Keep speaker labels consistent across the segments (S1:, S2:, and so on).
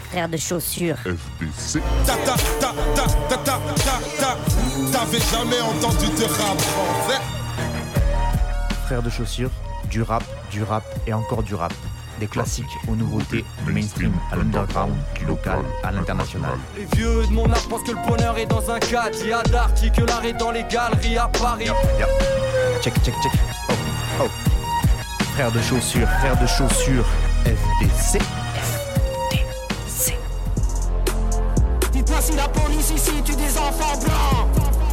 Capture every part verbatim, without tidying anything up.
S1: frère de chaussures.
S2: F D C.
S3: Ta ta ta ta ta ta ta ta. T'avais jamais entendu de rap français?
S4: Frère de chaussures, du rap, du rap et encore du rap. Des classiques aux nouveautés, du mainstream à l'underground, du local à l'international.
S5: Les vieux de mon âge pensent que le bonheur est dans un caddie à Darty, que l'art est dans les galeries à Paris.
S4: Yep, yep. Check, check, check. Oh, oh. Frère de chaussures, frère de chaussures, F D C. F D C.
S6: Dites-moi si la police ici tue des enfants blancs.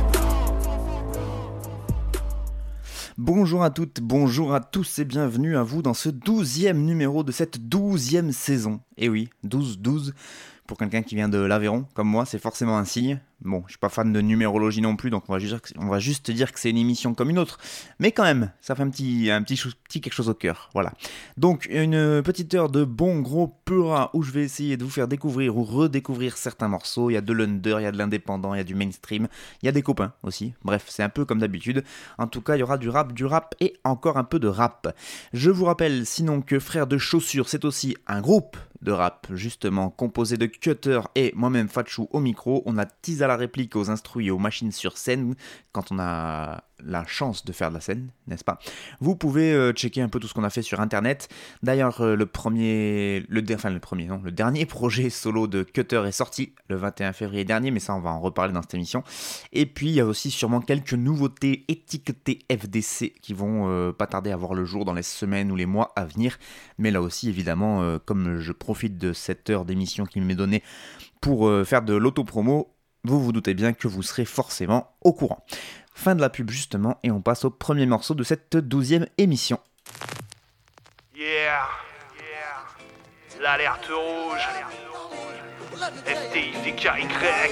S4: Bonjour à toutes, bonjour à tous et bienvenue à vous dans ce douzième numéro de cette douzième saison. Et oui, douze douze, pour quelqu'un qui vient de l'Aveyron, comme moi, c'est forcément un signe. Bon, je suis pas fan de numérologie non plus, donc on va juste dire que, on va juste dire que c'est une émission comme une autre. Mais quand même, ça fait un petit, un petit, petit quelque chose au cœur, voilà. Donc, une petite heure de bon gros pura où je vais essayer de vous faire découvrir ou redécouvrir certains morceaux. Il y a de l'under, il y a de l'indépendant, il y a du mainstream, il y a des copains aussi. Bref, c'est un peu comme d'habitude. En tout cas, il y aura du rap, du rap et encore un peu de rap. Je vous rappelle sinon que Frère de Chaussures, c'est aussi un groupe de rap, justement, composé de Cutter et moi-même Fatchou au micro. On a teasé à la réplique, aux instrus et aux machines sur scène, quand on a la chance de faire de la scène, n'est-ce pas? Vous pouvez euh, checker un peu tout ce qu'on a fait sur internet. D'ailleurs, euh, le premier, le, enfin le premier, non, le dernier projet solo de Cutter est sorti le vingt et un février dernier, mais ça on va en reparler dans cette émission. Et puis il y a aussi sûrement quelques nouveautés étiquetées F D C qui vont euh, pas tarder à voir le jour dans les semaines ou les mois à venir. Mais là aussi, évidemment, euh, comme je profite de cette heure d'émission qui m'est donnée pour euh, faire de l'autopromo, vous vous doutez bien que vous serez forcément au courant. Fin de la pub justement, et on passe au premier morceau de cette douzième émission.
S7: Yeah, yeah. L'alerte rouge. F T I D K Y.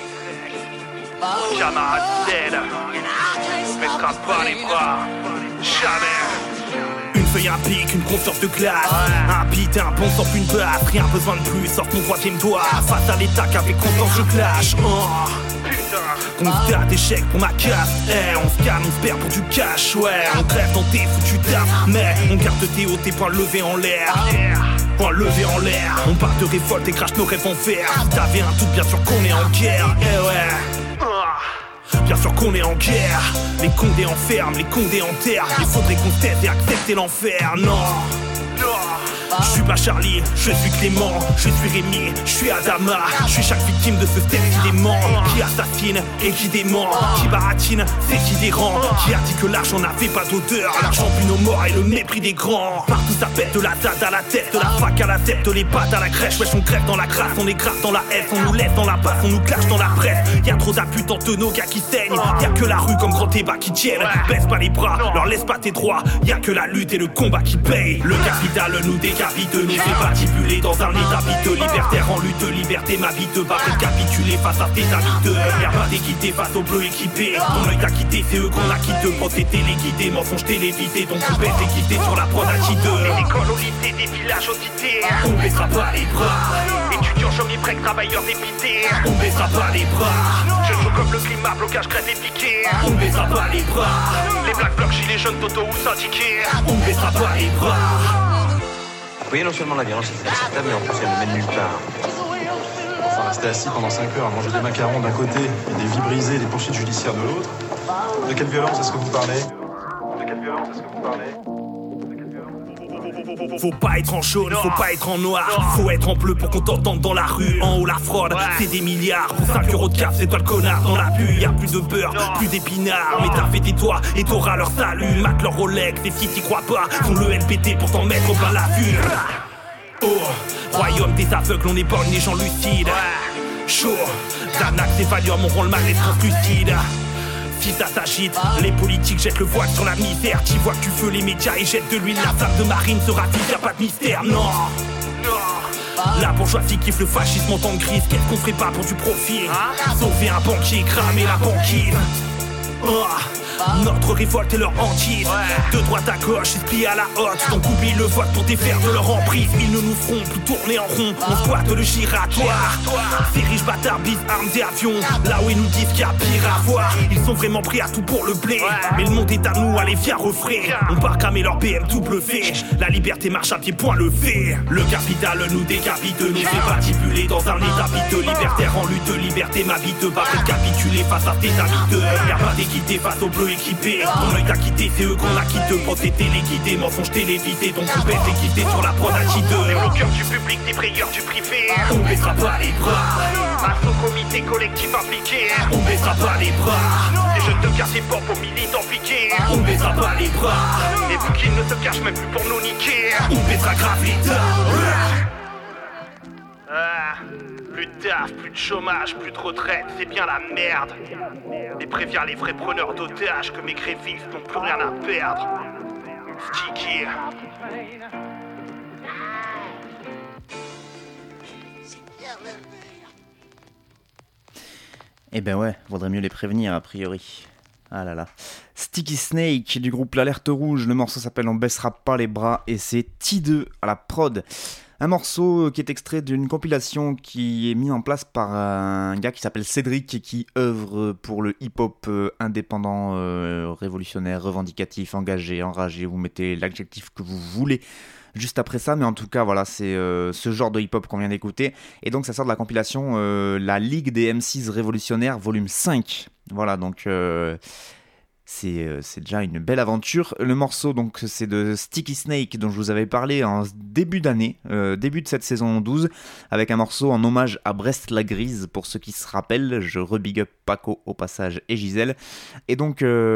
S7: Camarade Z. On mettra pas les bras. Jamais.
S8: Une feuille, un pic, une confiance de glace. Un beat, un bon sans une baffe. Rien besoin de plus, sauf mon troisième doigt. Face à l'état qu'avec confiance je clash. Oh. Constat d'échec pour ma casse. Eh, on se calme, on se perd pour du cash. Ouais, on crève dans tes foutus taf. Mais on garde tes hauts, tes poings levés en l'air. Poings levés en l'air. On part de révolte et crache nos rêves en fer. Si t'avais un doute, bien sûr qu'on est en guerre. Eh ouais. Bien sûr qu'on est en guerre. Les condés enferment, les condés enterrent. Il faudrait qu'on se taise et accepter l'enfer. Non, non. Je suis pas Charlie, je suis Clément, je suis Rémi, je suis Adama. Je suis chaque victime de ce step qui dément, qui assassine et qui dément, qui baratine, c'est qui dérange, qui a dit que l'argent n'avait pas d'odeur. L'argent puis nos morts et le mépris des grands. Partout ça pète, de la date à la tête, de la fac à la tête, de les pattes à la crèche. Wesh on crève dans la crasse, on est grave dans la S, on nous laisse dans la passe, on nous clash dans la presse. Y'a trop d'abus dans de nos gars qui saignent. Y'a que la rue comme grand débat qui tiennent. Baisse pas les bras, leur laisse pas tes droits. Y'a que la lutte et le combat qui payent. Le capital nous décapite. Nous fait patibulé dans un état vide. Libertaire en lutte, liberté ma vie de pas capituler face à tes amis de y'a pas d'équité face aux bleus équipés. Ton œil t'a quitté, c'est eux qu'on a quitté. Procès téléguidé, mensonge télévisé. Donc on baisse équité sur la prod à deux.
S7: Les écoles au lycée, des villages aux cités.
S8: On baissera pas les bras.
S7: Étudiants, chômés, break, travailleurs dépités.
S8: On baissera pas les bras.
S7: Je joue comme le climat, blocage, crête et piqué.
S8: On baissera pas les bras.
S7: Les black blocs, gilets jaunes, toto ou syndiqués.
S8: On baissera pas les bras.
S9: Vous voyez, non seulement la violence est inacceptable, mais en plus elle ne mène nulle part.
S10: Enfin, rester assis pendant cinq heures à manger des macarons d'un côté et des vies brisées et des poursuites judiciaires de l'autre. De quelle violence est-ce que vous parlez? De quelle violence est-ce que vous parlez?
S8: Faut pas être en jaune, faut pas être en noir. Faut être en bleu pour qu'on t'entende dans la rue. En haut la fraude, c'est des milliards. Pour cinq euros de caf, c'est toi le connard. Dans la bulle, y'a plus de beurre, plus d'épinards. Mais t'as fait tes toits et t'auras leur salut. Mac leur Rolex, et si t'y crois pas, font le L P T pour t'en mettre au bas la vue. Oh, royaume des aveugles, on épargne les gens lucides. Chaud, Xanax et Valium auront le mal d'être translucide. Si ça s'agite, les politiques jettent le voile sur la misère. Tu vois que tu veux les médias et jettent de l'huile. La flamme de marine sera vide, y'a pas de mystère, non, non. La bourgeoisie kiffe le fascisme en temps de crise. Qu'est-ce qu'on ferait pas pour du profit? Sauver un banquier, cramer la banquise. Oh. Notre révolte est leur hantise. De droite à gauche, ils se plient à la hotte. Donc oublie le vote pour défaire de leur emprise. Ils ne nous feront plus tourner en rond. On squatte le giratoire. Ces riches bâtards bise armes et avions. Là où ils nous disent qu'il y a pire à voir. Ils sont vraiment prêts à tout pour le blé. Mais le monde est à nous, allez viens refrais. On part cramer leur B M W. La liberté marche à pied point levé. Le capital nous décapite, nous fait patibuler dans un état piteux. Libertaire en lutte, liberté m'habite. Pas de capituler face à tes habiteux. Y'a pas d'équité face aux bleus équipés. Ton œil t'a quitté, c'est eux qu'on a quitté. Procès téléguidé, mensonge télévisé. Donc on baisse l'équité sur la prod à cheateux. Au cœur du public, des prieurs du privé. On baissera pas les bras. Un sous comité collectif impliqué. On baissera pas les bras. Des jeunes de quartier pop aux militants piqués. On baissera pas les bras. Et vu qu'ils ne se cachent même plus pour nous niquer. On baissera grave l'état. Ah, plus de taf, plus de chômage, plus de retraite, c'est bien la merde. Et préviens les vrais preneurs d'otages que mes grévistes n'ont plus rien à perdre. Sticky.
S4: Eh ben ouais, vaudrait mieux les prévenir a priori. Ah là là. Sticky Snake du groupe L'Alerte Rouge, le morceau s'appelle On baissera pas les bras et c'est T deux à la prod. Un morceau qui est extrait d'une compilation qui est mise en place par un gars qui s'appelle Cédric et qui œuvre pour le hip-hop indépendant, euh, révolutionnaire, revendicatif, engagé, enragé, vous mettez l'adjectif que vous voulez juste après ça, mais en tout cas voilà, c'est euh, ce genre de hip-hop qu'on vient d'écouter, et donc ça sort de la compilation euh, La Ligue des M six Révolutionnaires volume cinq, voilà, donc euh, c'est, euh, c'est déjà une belle aventure. Le morceau donc c'est de Sticky Snake dont je vous avais parlé en début d'année, euh, début de cette saison douze, avec un morceau en hommage à Brest-la-Grise, pour ceux qui se rappellent, je rebig up Paco au passage et Gisèle, et donc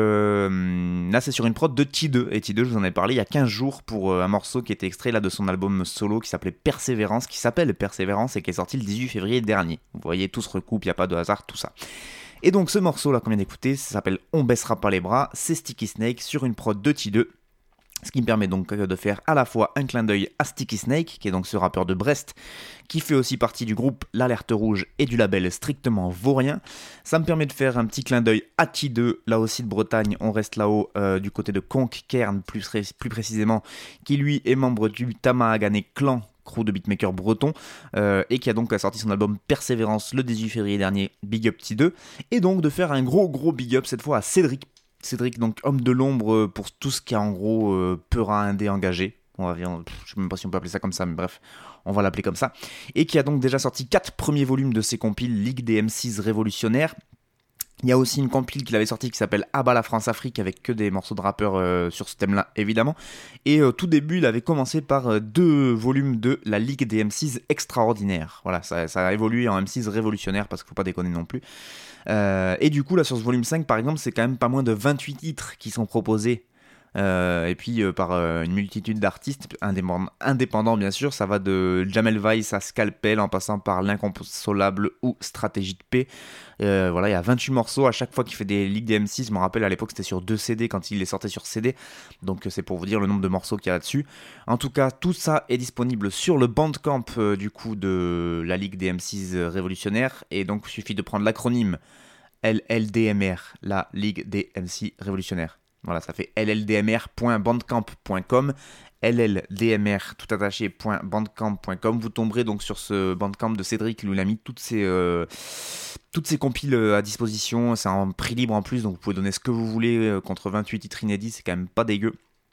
S4: euh, là c'est sur une prod de T deux, et T deux je vous en ai parlé il y a quinze jours pour euh, un morceau qui était extrait là de son album solo qui s'appelait Persévérance, qui s'appelle Persévérance et qui est sorti le dix-huit février dernier. Vous voyez, tout se recoupe, il n'y a pas de hasard, tout ça. Et donc ce morceau là qu'on vient d'écouter, ça s'appelle On baissera pas les bras, c'est Sticky Snake sur une prod de T deux, ce qui me permet donc de faire à la fois un clin d'œil à Sticky Snake, qui est donc ce rappeur de Brest, qui fait aussi partie du groupe L'Alerte Rouge et du label Strictement Vaurien. Ça me permet de faire un petit clin d'œil à T deux, là aussi de Bretagne, on reste là-haut, euh, du côté de Conques-Cairn plus, plus précisément, qui lui est membre du Tamahagané Clan, crew de beatmaker breton, euh, et qui a donc sorti son album Persévérance le dix-huit février dernier, Big Up T deux, et donc de faire un gros gros big up cette fois à Cédric, Cédric donc homme de l'ombre pour tout ce qui est en gros euh, peura indé engagé, on va dire, je sais même pas si on peut appeler ça comme ça, mais bref, on va l'appeler comme ça, et qui a donc déjà sorti quatre premiers volumes de ses compiles Ligue des M six Révolutionnaires. Il y a aussi une compile qu'il avait sortie qui s'appelle Abat la France-Afrique, avec que des morceaux de rappeurs euh, sur ce thème-là, évidemment. Et au euh, tout début, il avait commencé par euh, deux volumes de la Ligue des M six Extraordinaires. Voilà, ça, ça a évolué en M six Révolutionnaire, parce qu'il ne faut pas déconner non plus. Euh, et du coup, là, sur ce volume cinq, par exemple, c'est quand même pas moins de vingt-huit titres qui sont proposés. Euh, et puis euh, par euh, une multitude d'artistes indépendants, indépendants bien sûr, ça va de Jamel Weiss à Scalpel en passant par L'Inconsolable ou Stratégie de paix. Euh, voilà, il y a vingt-huit morceaux à chaque fois qu'il fait des ligues des M six. Je me rappelle à l'époque c'était sur deux C D quand il les sortait sur C D, donc c'est pour vous dire le nombre de morceaux qu'il y a là-dessus. En tout cas, tout ça est disponible sur le Bandcamp euh, du coup de la Ligue des M six Révolutionnaires, et donc il suffit de prendre l'acronyme L L D M R, la Ligue des M six Révolutionnaires. Voilà, ça fait l l d m r point bandcamp point com, l l d m r tout attaché point bandcamp point com. Vous tomberez donc sur ce Bandcamp de Cédric, il nous a mis toutes ces, euh, toutes ces compiles à disposition. C'est en prix libre en plus, donc vous pouvez donner ce que vous voulez euh, contre vingt-huit titres inédits, c'est quand même pas dégueu.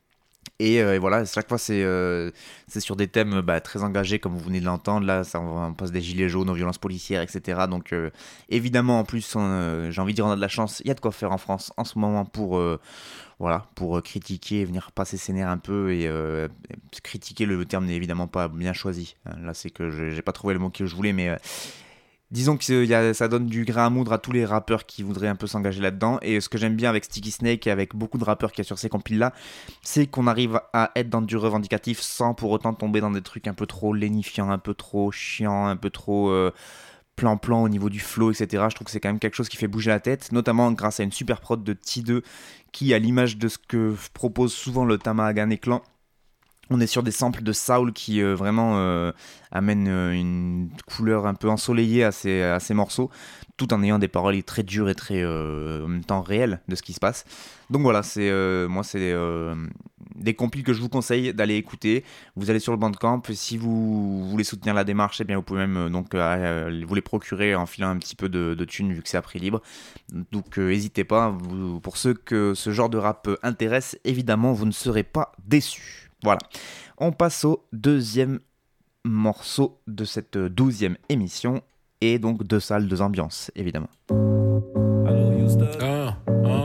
S4: Et, euh, et voilà, chaque fois c'est, euh, c'est sur des thèmes bah, très engagés comme vous venez de l'entendre. Là, ça, on passe des gilets jaunes aux violences policières, et cetera. Donc euh, évidemment, en plus, on, euh, j'ai envie de dire on a de la chance. Il y a de quoi faire en France en ce moment pour, euh, voilà, pour euh, critiquer et venir passer ses nerfs un peu. Et euh, critiquer, le terme n'est évidemment pas bien choisi. Là, c'est que je, j'ai pas trouvé le mot que je voulais, mais... Euh, disons que y a, ça donne du grain à moudre à tous les rappeurs qui voudraient un peu s'engager là-dedans. Et ce que j'aime bien avec Sticky Snake et avec beaucoup de rappeurs qu'il y a sur ces compiles-là, c'est qu'on arrive à être dans du revendicatif sans pour autant tomber dans des trucs un peu trop lénifiants, un peu trop chiants, un peu trop euh, plan-plan au niveau du flow, et cetera. Je trouve que c'est quand même quelque chose qui fait bouger la tête, notamment grâce à une super prod de T deux qui, à l'image de ce que propose souvent le Tamahagané Clan, On est sur des samples de soul qui euh, vraiment euh, amènent euh, une couleur un peu ensoleillée à ces, à ces morceaux, tout en ayant des paroles très dures et très euh, en même temps réelles de ce qui se passe. Donc voilà, c'est, euh, moi c'est euh, des compiles que je vous conseille d'aller écouter. Vous allez sur le Bandcamp, si vous voulez soutenir la démarche, eh bien vous pouvez même euh, donc, euh, vous les procurer en filant un petit peu de, de thunes vu que c'est à prix libre. Donc n'hésitez euh, pas, vous, pour ceux que ce genre de rap intéresse, évidemment vous ne serez pas déçus. Voilà, on passe au deuxième morceau de cette douzième émission, et donc deux salles, deux ambiances, évidemment.
S1: Allô Houston. Ah,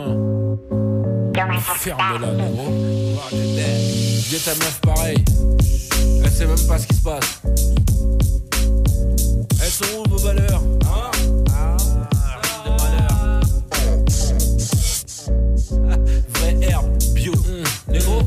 S1: ah. Ferme-la, gros. Dis ta meuf pareil. Elle sait même pas ce qui se passe. Elles sont où vos valeurs? Hein? Ah, ah, de malheur. Vraie herbe, bio, mmh. Négro.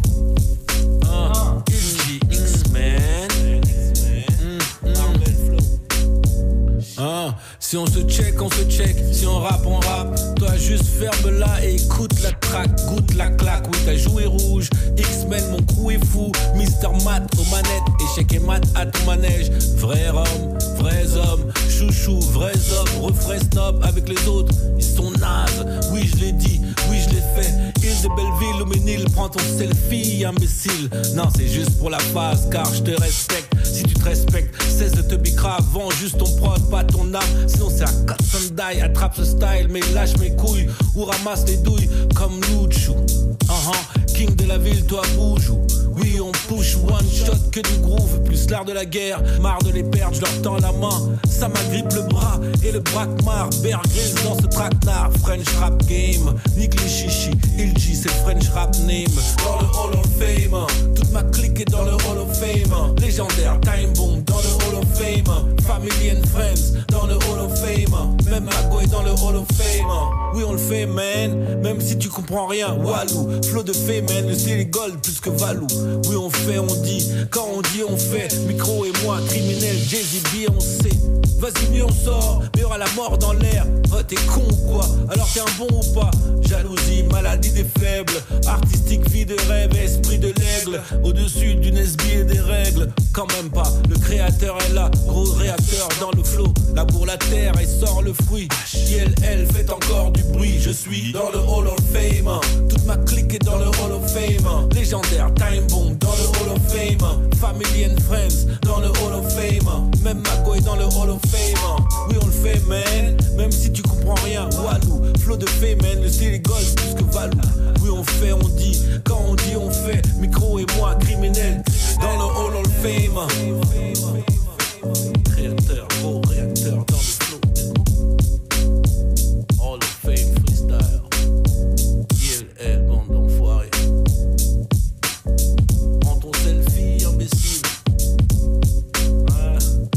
S1: Ah, si on se check, on se check. Si on rappe, on rappe. Toi juste ferme-la et écoute la track. Goûte la claque, oui t'as joué rouge. X-Men, mon crew est fou. Mister Matt aux manettes. Échec et mat à ton manège. Vrai homme, vrais hommes. Chouchou, vrais hommes. Refrais snob avec les autres. Ils sont nazes, oui je l'ai dit. Oui je l'ai fait. Île de Belleville, au Ménil. Prends ton selfie, imbécile. Non c'est juste pour la phase car je te respecte. Si tu te respectes, cesse de te bicrave. Vends juste ton prod, pas ton âme. Sinon c'est un cut and die. Attrape ce style mais lâche mes couilles. Ou ramasse les douilles comme Luchu. Uh-huh. King de la ville, toi bouge. Oui on push one shot que du groove. Plus l'art de la guerre, marre de les perdre. Je leur tends la main, ça m'agrippe le bras. Et le braquemar, Bear Grylls dans ce traquenard. French rap game, nique les chichis. Il G c'est le French rap name. Dans le Hall of Fame, toute ma clique est dans le Hall of Fame. Légendaire, time bomb dans le Hall of Fame. Family and friends dans le Hall of Fame. Même Mago est dans le Hall of Fame. Oui on le fait man, même si tu comprends rien. Walou, flow de fait man, le style est gold plus que Valou. Oui on fait, on dit, quand on dit on fait. Micro et moi, criminel, Jay-Z, Beyoncé. Vas-y mieux on sort, mais aura la mort dans l'air. Oh t'es con ou quoi, alors t'es un bon ou pas. Jalousie, maladie des faibles. Artistique, vie de rêve, esprit de l'aigle. Au-dessus d'une S B et des règles. Quand même pas, le créateur est là. Gros réacteur dans le flow. Laboure la terre et sort le fruit. Yel, elle fait encore du bruit. Je suis dans le Hall of Fame. Toute ma clique est dans le Hall of Fame. Légendaire, time bomb dans le Hall of Fame. Family and friends dans le Hall of Fame. Même Mago est dans le Hall of Fame. Oui on le fait man, même si tu comprends rien. Walou, flow de fait man, le style est gold plus que Valou. Oui on fait, on dit, quand on dit on fait. Micro et moi, criminel dans le Hall of Fame. Créateur, gros réacteur dans le flow. Hall of Fame freestyle. Yel, elle, bande d'enfoirés. Prends ton selfie, imbécile. Ah.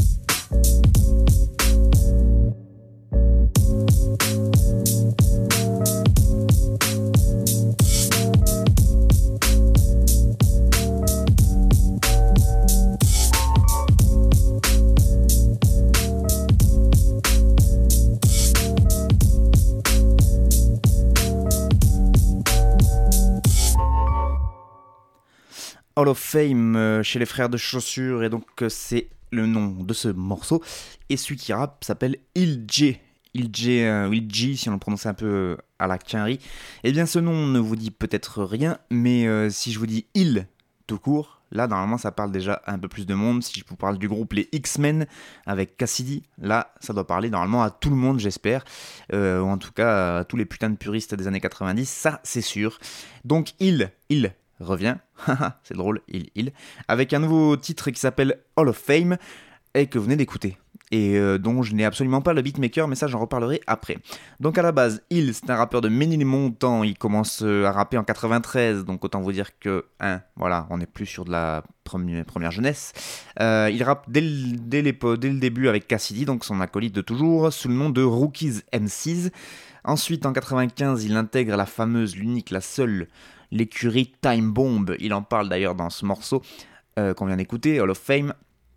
S4: Hall of Fame euh, chez les frères de chaussures, et donc euh, c'est le nom de ce morceau. Et celui qui rappe s'appelle Il G. Il G, euh, Il G, si on le prononçait un peu à la quinri. Eh bien ce nom ne vous dit peut-être rien, mais euh, si je vous dis Il tout court, là normalement ça parle déjà un peu plus de monde. Si je vous parle du groupe les X-Men avec Cassidy, là ça doit parler normalement à tout le monde j'espère, euh, ou en tout cas à tous les putains de puristes des années quatre-vingt-dix, ça c'est sûr. Donc Il, Il revient, c'est drôle, il, il, avec un nouveau titre qui s'appelle Hall of Fame et que vous venez d'écouter, et euh, dont je n'ai absolument pas le beatmaker, mais ça j'en reparlerai après. Donc à la base, il, c'est un rappeur de Ménilmontant, il commence à rapper en quatre-vingt-treize, donc autant vous dire que, hein, voilà, on n'est plus sur de la première, première jeunesse. Euh, il rappe dès le, dès, dès le début avec Cassidy, donc son acolyte de toujours, sous le nom de Rookies M Cs. Ensuite, en quatre-vingt-quinze, il intègre la fameuse, l'unique, la seule, l'écurie Time Bomb. Il en parle d'ailleurs dans ce morceau euh, qu'on vient d'écouter, Hall of Fame.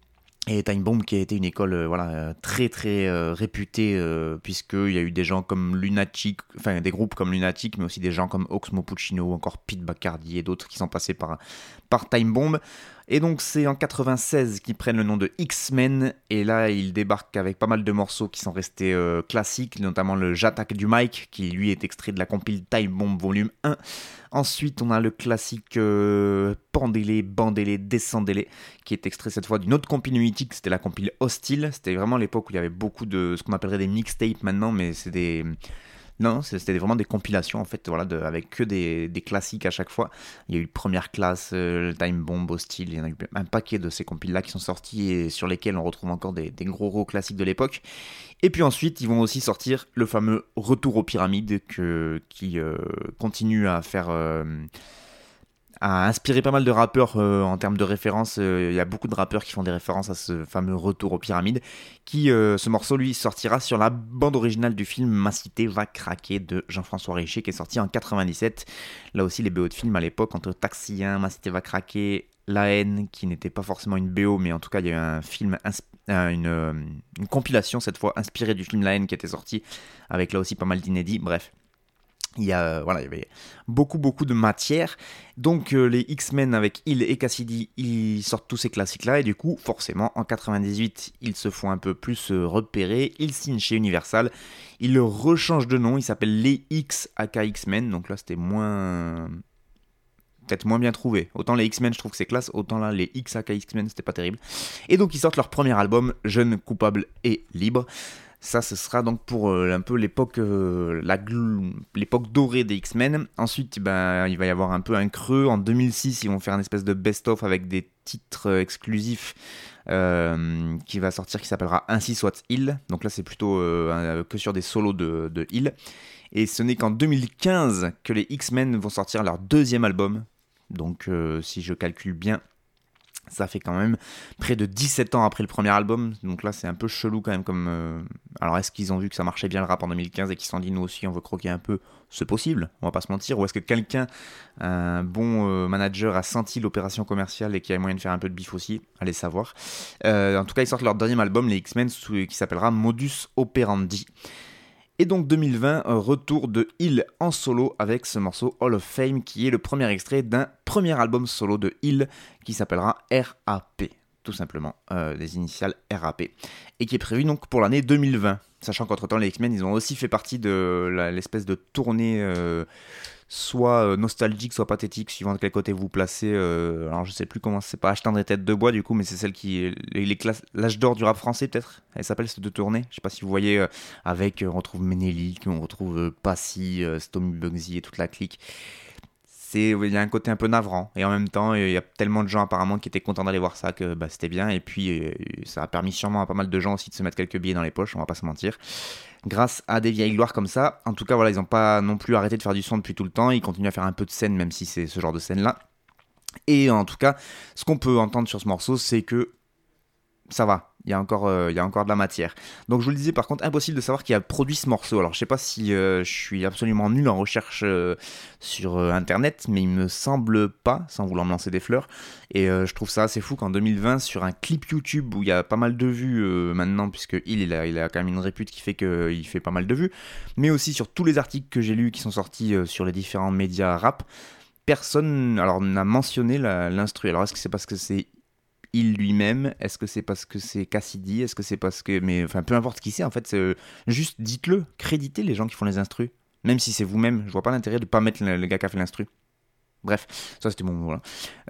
S4: Et Time Bomb qui a été une école euh, voilà, euh, très très euh, réputée, euh, puisqu'il y a eu des gens comme Lunatic, enfin des groupes comme Lunatic, mais aussi des gens comme Oxmo Puccino ou encore Pete Bacardi et d'autres qui sont passés par, par Time Bomb. Et donc c'est en quatre-vingt-seize qu'ils prennent le nom de X-Men, et là ils débarquent avec pas mal de morceaux qui sont restés euh, classiques, notamment le J'attaque du mic, qui lui est extrait de la compile Time Bomb volume un. Ensuite on a le classique euh, Pendez-les, Bandez-les, Descendez-les, qui est extrait cette fois d'une autre compile mythique, c'était la compile Hostile. C'était vraiment l'époque où il y avait beaucoup de ce qu'on appellerait des mixtapes maintenant, mais c'est des... Non, c'était vraiment des compilations en fait, voilà, de, avec que des, des classiques à chaque fois. Il y a eu Première Classe, euh, Time Bomb, Hostile, il y en a eu un paquet de ces compiles-là qui sont sortis et sur lesquels on retrouve encore des, des gros gros classiques de l'époque. Et puis ensuite, ils vont aussi sortir le fameux Retour aux Pyramides que, qui euh, continue à faire... Euh, a inspiré pas mal de rappeurs euh, en termes de références. Il euh, y a beaucoup de rappeurs qui font des références à ce fameux Retour aux Pyramides. Qui, euh, ce morceau, lui, sortira sur la bande originale du film Ma cité va craquer de Jean-François Richer, qui est sorti en quatre-vingt-dix-sept. Là aussi, les B O de films à l'époque, entre Taxi un, Ma cité va craquer, La haine, qui n'était pas forcément une B O, mais en tout cas, il y a eu un film, insp- une, euh, une compilation cette fois inspirée du film La haine qui était sorti, avec là aussi pas mal d'inédits. Bref. Il y, a, voilà, il y avait beaucoup beaucoup de matière, donc euh, les X-Men avec Hill et Cassidy, ils sortent tous ces classiques là, et du coup forcément en quatre-vingt-dix-huit ils se font un peu plus euh, repérer, ils signent chez Universal, ils le rechangent de nom, ils s'appellent les X aka X-Men, donc là c'était moins... peut-être moins bien trouvé, autant les X-Men je trouve que c'est classe, autant là les X aka X-Men c'était pas terrible, et donc ils sortent leur premier album, Jeune, Coupable et Libre. Ça, ce sera donc pour euh, un peu l'époque, euh, la gl- l'époque dorée des X-Men. Ensuite, ben, il va y avoir un peu un creux. En deux mille six, ils vont faire une espèce de best-of avec des titres euh, exclusifs euh, qui va sortir, qui s'appellera Ainsi soit Hill. Donc là, c'est plutôt euh, que sur des solos de, de Hill. Et ce n'est qu'en deux mille quinze que les X-Men vont sortir leur deuxième album. Donc, euh, si je calcule bien... ça fait quand même près de dix-sept ans après le premier album, donc là c'est un peu chelou quand même comme... Euh... Alors est-ce qu'ils ont vu que ça marchait bien le rap en deux mille quinze et qu'ils se sont dit nous aussi on veut croquer un peu? C'est possible, on va pas se mentir. Ou est-ce que quelqu'un, un bon euh, manager a senti l'opération commerciale et qu'il y a moyen de faire un peu de bif aussi? Allez savoir. Euh, en tout cas ils sortent leur deuxième album, les X-Men, qui s'appellera Modus Operandi. Et donc deux mille vingt, retour de Hill en solo avec ce morceau Hall of Fame qui est le premier extrait d'un premier album solo de Hill qui s'appellera R A P, tout simplement, euh, les initiales R A P, et qui est prévu donc pour l'année deux mille vingt, sachant qu'entre-temps les X-Men ils ont aussi fait partie de la, l'espèce de tournée euh, soit nostalgique, soit pathétique, suivant de quel côté vous placez. Euh, alors je sais plus comment, c'est pas H tendre et Tête de Bois du coup, mais c'est celle qui les, les classes, l'âge d'or du rap français peut-être. Elle s'appelle cette deux tournées. Je sais pas si vous voyez, euh, avec euh, on retrouve Ménélique, on retrouve euh, Passy, euh, Stomy Bugsy et toute la clique. C'est, il y a un côté un peu navrant et en même temps il y a tellement de gens apparemment qui étaient contents d'aller voir ça que bah, c'était bien, et puis euh, ça a permis sûrement à pas mal de gens aussi de se mettre quelques billets dans les poches, on va pas se mentir, grâce à des vieilles gloires comme ça. En tout cas voilà, ils n'ont pas non plus arrêté de faire du son depuis tout le temps, ils continuent à faire un peu de scène même si c'est ce genre de scène là, et en tout cas ce qu'on peut entendre sur ce morceau c'est que ça va, il y a encore, euh, il y a encore de la matière. Donc je vous le disais, par contre, impossible de savoir qui a produit ce morceau. Alors je sais pas si euh, je suis absolument nul en recherche euh, sur euh, internet, mais il me semble pas, sans vouloir me lancer des fleurs. Et euh, je trouve ça assez fou qu'en deux mille vingt, sur un clip YouTube où il y a pas mal de vues euh, maintenant, puisque il, il, a, il a quand même une répute qui fait qu'il fait pas mal de vues, mais aussi sur tous les articles que j'ai lus qui sont sortis euh, sur les différents médias rap, personne alors n'a mentionné la, l'instru. Alors est-ce que c'est parce que c'est il lui-même, est-ce que c'est parce que c'est Cassidy, est-ce que c'est parce que... Mais enfin, peu importe qui c'est, en fait, c'est... juste dites-le, créditez les gens qui font les instrus, même si c'est vous-même, je vois pas l'intérêt de pas mettre le, le gars qui a fait l'instru. Bref, ça c'était bon, voilà.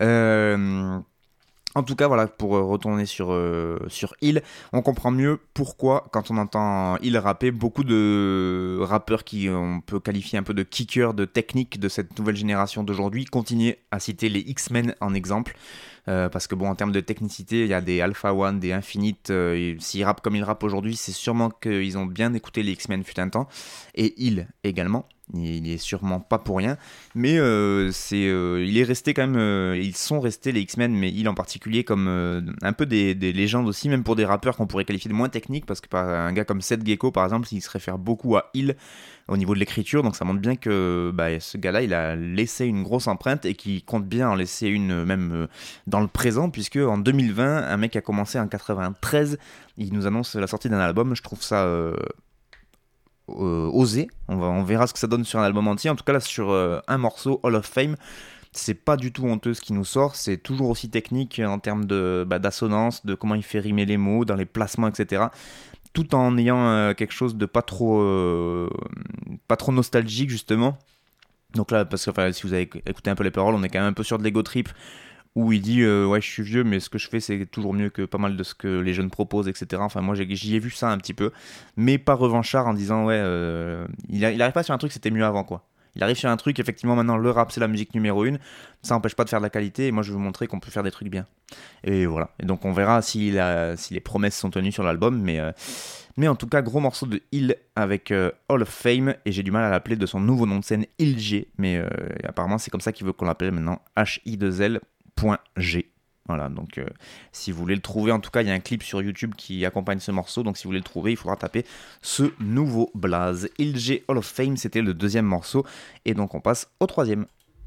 S4: Euh... En tout cas, voilà, pour retourner sur, euh, sur Hill, on comprend mieux pourquoi, quand on entend Hill rapper, beaucoup de rappeurs qui on peut qualifier un peu de kickers, de techniques de cette nouvelle génération d'aujourd'hui, continuent à citer les X-Men en exemple. Euh, parce que bon, en termes de technicité, il y a des Alpha One, des Infinite, euh, s'ils rappent comme ils rappent aujourd'hui, c'est sûrement qu'ils ont bien écouté les X-Men fut un temps, et Hill également. Il est sûrement pas pour rien, mais euh, c'est, euh, il est resté quand même, euh, ils sont restés les X-Men, mais il en particulier comme euh, un peu des, des légendes aussi, même pour des rappeurs qu'on pourrait qualifier de moins techniques, parce que par, un gars comme Seth Gecko par exemple, il se réfère beaucoup à Hill au niveau de l'écriture, donc ça montre bien que bah, ce gars-là, il a laissé une grosse empreinte et qu'il compte bien en laisser une même euh, dans le présent, puisque en deux mille vingt, un mec a commencé en quatre-vingt-treize, il nous annonce la sortie d'un album, je trouve ça... Euh, Euh, osé, on, va, on verra ce que ça donne sur un album entier. En tout cas là sur euh, un morceau Hall of Fame, c'est pas du tout honteux ce qui nous sort, c'est toujours aussi technique en termes de, bah, d'assonance, de comment il fait rimer les mots, dans les placements, et cetera. Tout en ayant euh, quelque chose de pas trop, euh, pas trop nostalgique justement. Donc là, parce que enfin, si vous avez écouté un peu les paroles, on est quand même un peu sur de l'ego trip, où il dit euh, ouais je suis vieux mais ce que je fais c'est toujours mieux que pas mal de ce que les jeunes proposent, etc. Enfin moi j'ai, j'y ai vu ça un petit peu, mais pas revanchard en disant ouais euh, il, a, il arrive pas sur un truc c'était mieux avant quoi. Il arrive sur un truc, effectivement maintenant le rap c'est la musique numéro une, ça n'empêche pas de faire de la qualité et moi je veux vous montrer qu'on peut faire des trucs bien. Et voilà, et donc on verra si, la, si les promesses sont tenues sur l'album, mais, euh, mais en tout cas gros morceau de Hill avec euh, Hall of Fame, et j'ai du mal à l'appeler de son nouveau nom de scène Hill G, mais euh, apparemment c'est comme ça qu'il veut qu'on l'appelle maintenant, H I deux L G. Voilà, donc euh, si vous voulez le trouver, en tout cas il y a un clip sur YouTube qui accompagne ce morceau, donc si vous voulez le trouver il faudra taper ce nouveau blaze. Hill G Hall of Fame, c'était le deuxième morceau, et donc on passe au troisième.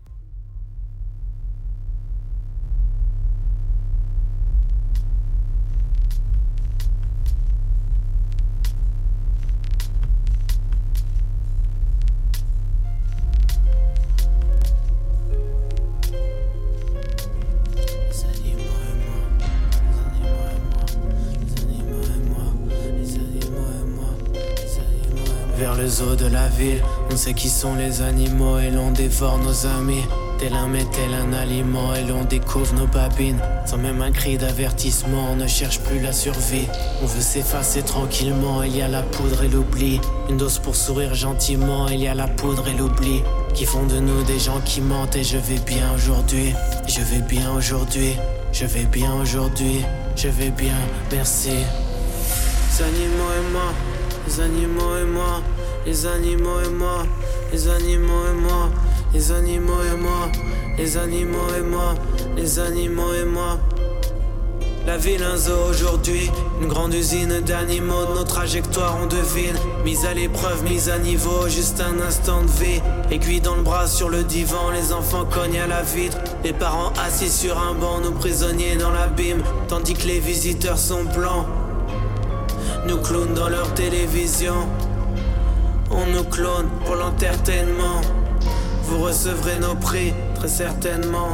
S2: Vers le zoo de la ville, on sait qui sont les animaux et l'on dévore nos amis. Tel un mets, tel un aliment et l'on découvre nos babines. Sans même un cri d'avertissement, on ne cherche plus la survie. On veut s'effacer tranquillement, il y a la poudre et l'oubli. Une dose pour sourire gentiment, il y a la poudre et l'oubli. Qui font de nous des gens qui mentent, et je vais bien aujourd'hui. Je vais bien aujourd'hui, je vais bien aujourd'hui. Je vais bien, merci. Les animaux et moi, les animaux et moi, les animaux et moi, les animaux et moi, les animaux et moi, les animaux et moi, les animaux et moi. La ville un zoo aujourd'hui, une grande usine d'animaux, de nos trajectoires on devine. Mise à l'épreuve, mise à niveau, juste un instant de vie. Aiguille dans le bras sur le divan, les enfants cognent à la vitre. Les parents assis sur un banc, nous prisonniers dans l'abîme. Tandis que les visiteurs sont blancs, nous clonent dans leur télévision. On nous clone pour l'entertainment. Vous recevrez nos prix, très certainement.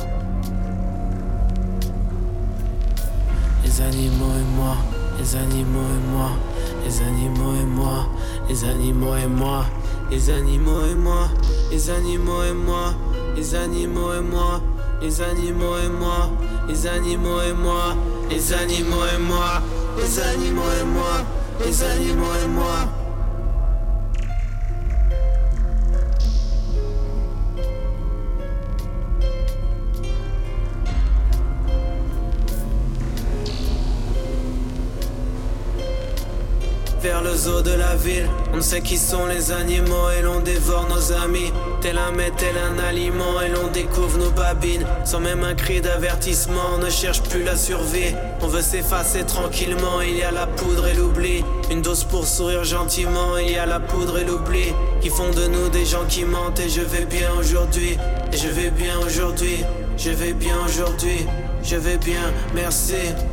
S2: Les animaux et moi, les animaux et moi, les animaux et moi, les animaux et moi, les animaux et moi, les animaux et moi, les animaux et moi, les animaux et moi, les animaux et moi, les animaux et moi, les animaux et moi, les animaux et moi. Vers le zoo de la ville, on sait qui sont les animaux et l'on dévore nos amis. Tel un mets, tel un aliment et l'on découvre nos babines. Sans même un cri d'avertissement, on ne cherche plus la survie. On veut s'effacer tranquillement, il y a la poudre et l'oubli. Une dose pour sourire gentiment, il y a la poudre et l'oubli. Qui font de nous des gens qui mentent, et je vais bien aujourd'hui. Et je vais bien aujourd'hui, je vais bien aujourd'hui, je vais bien, merci.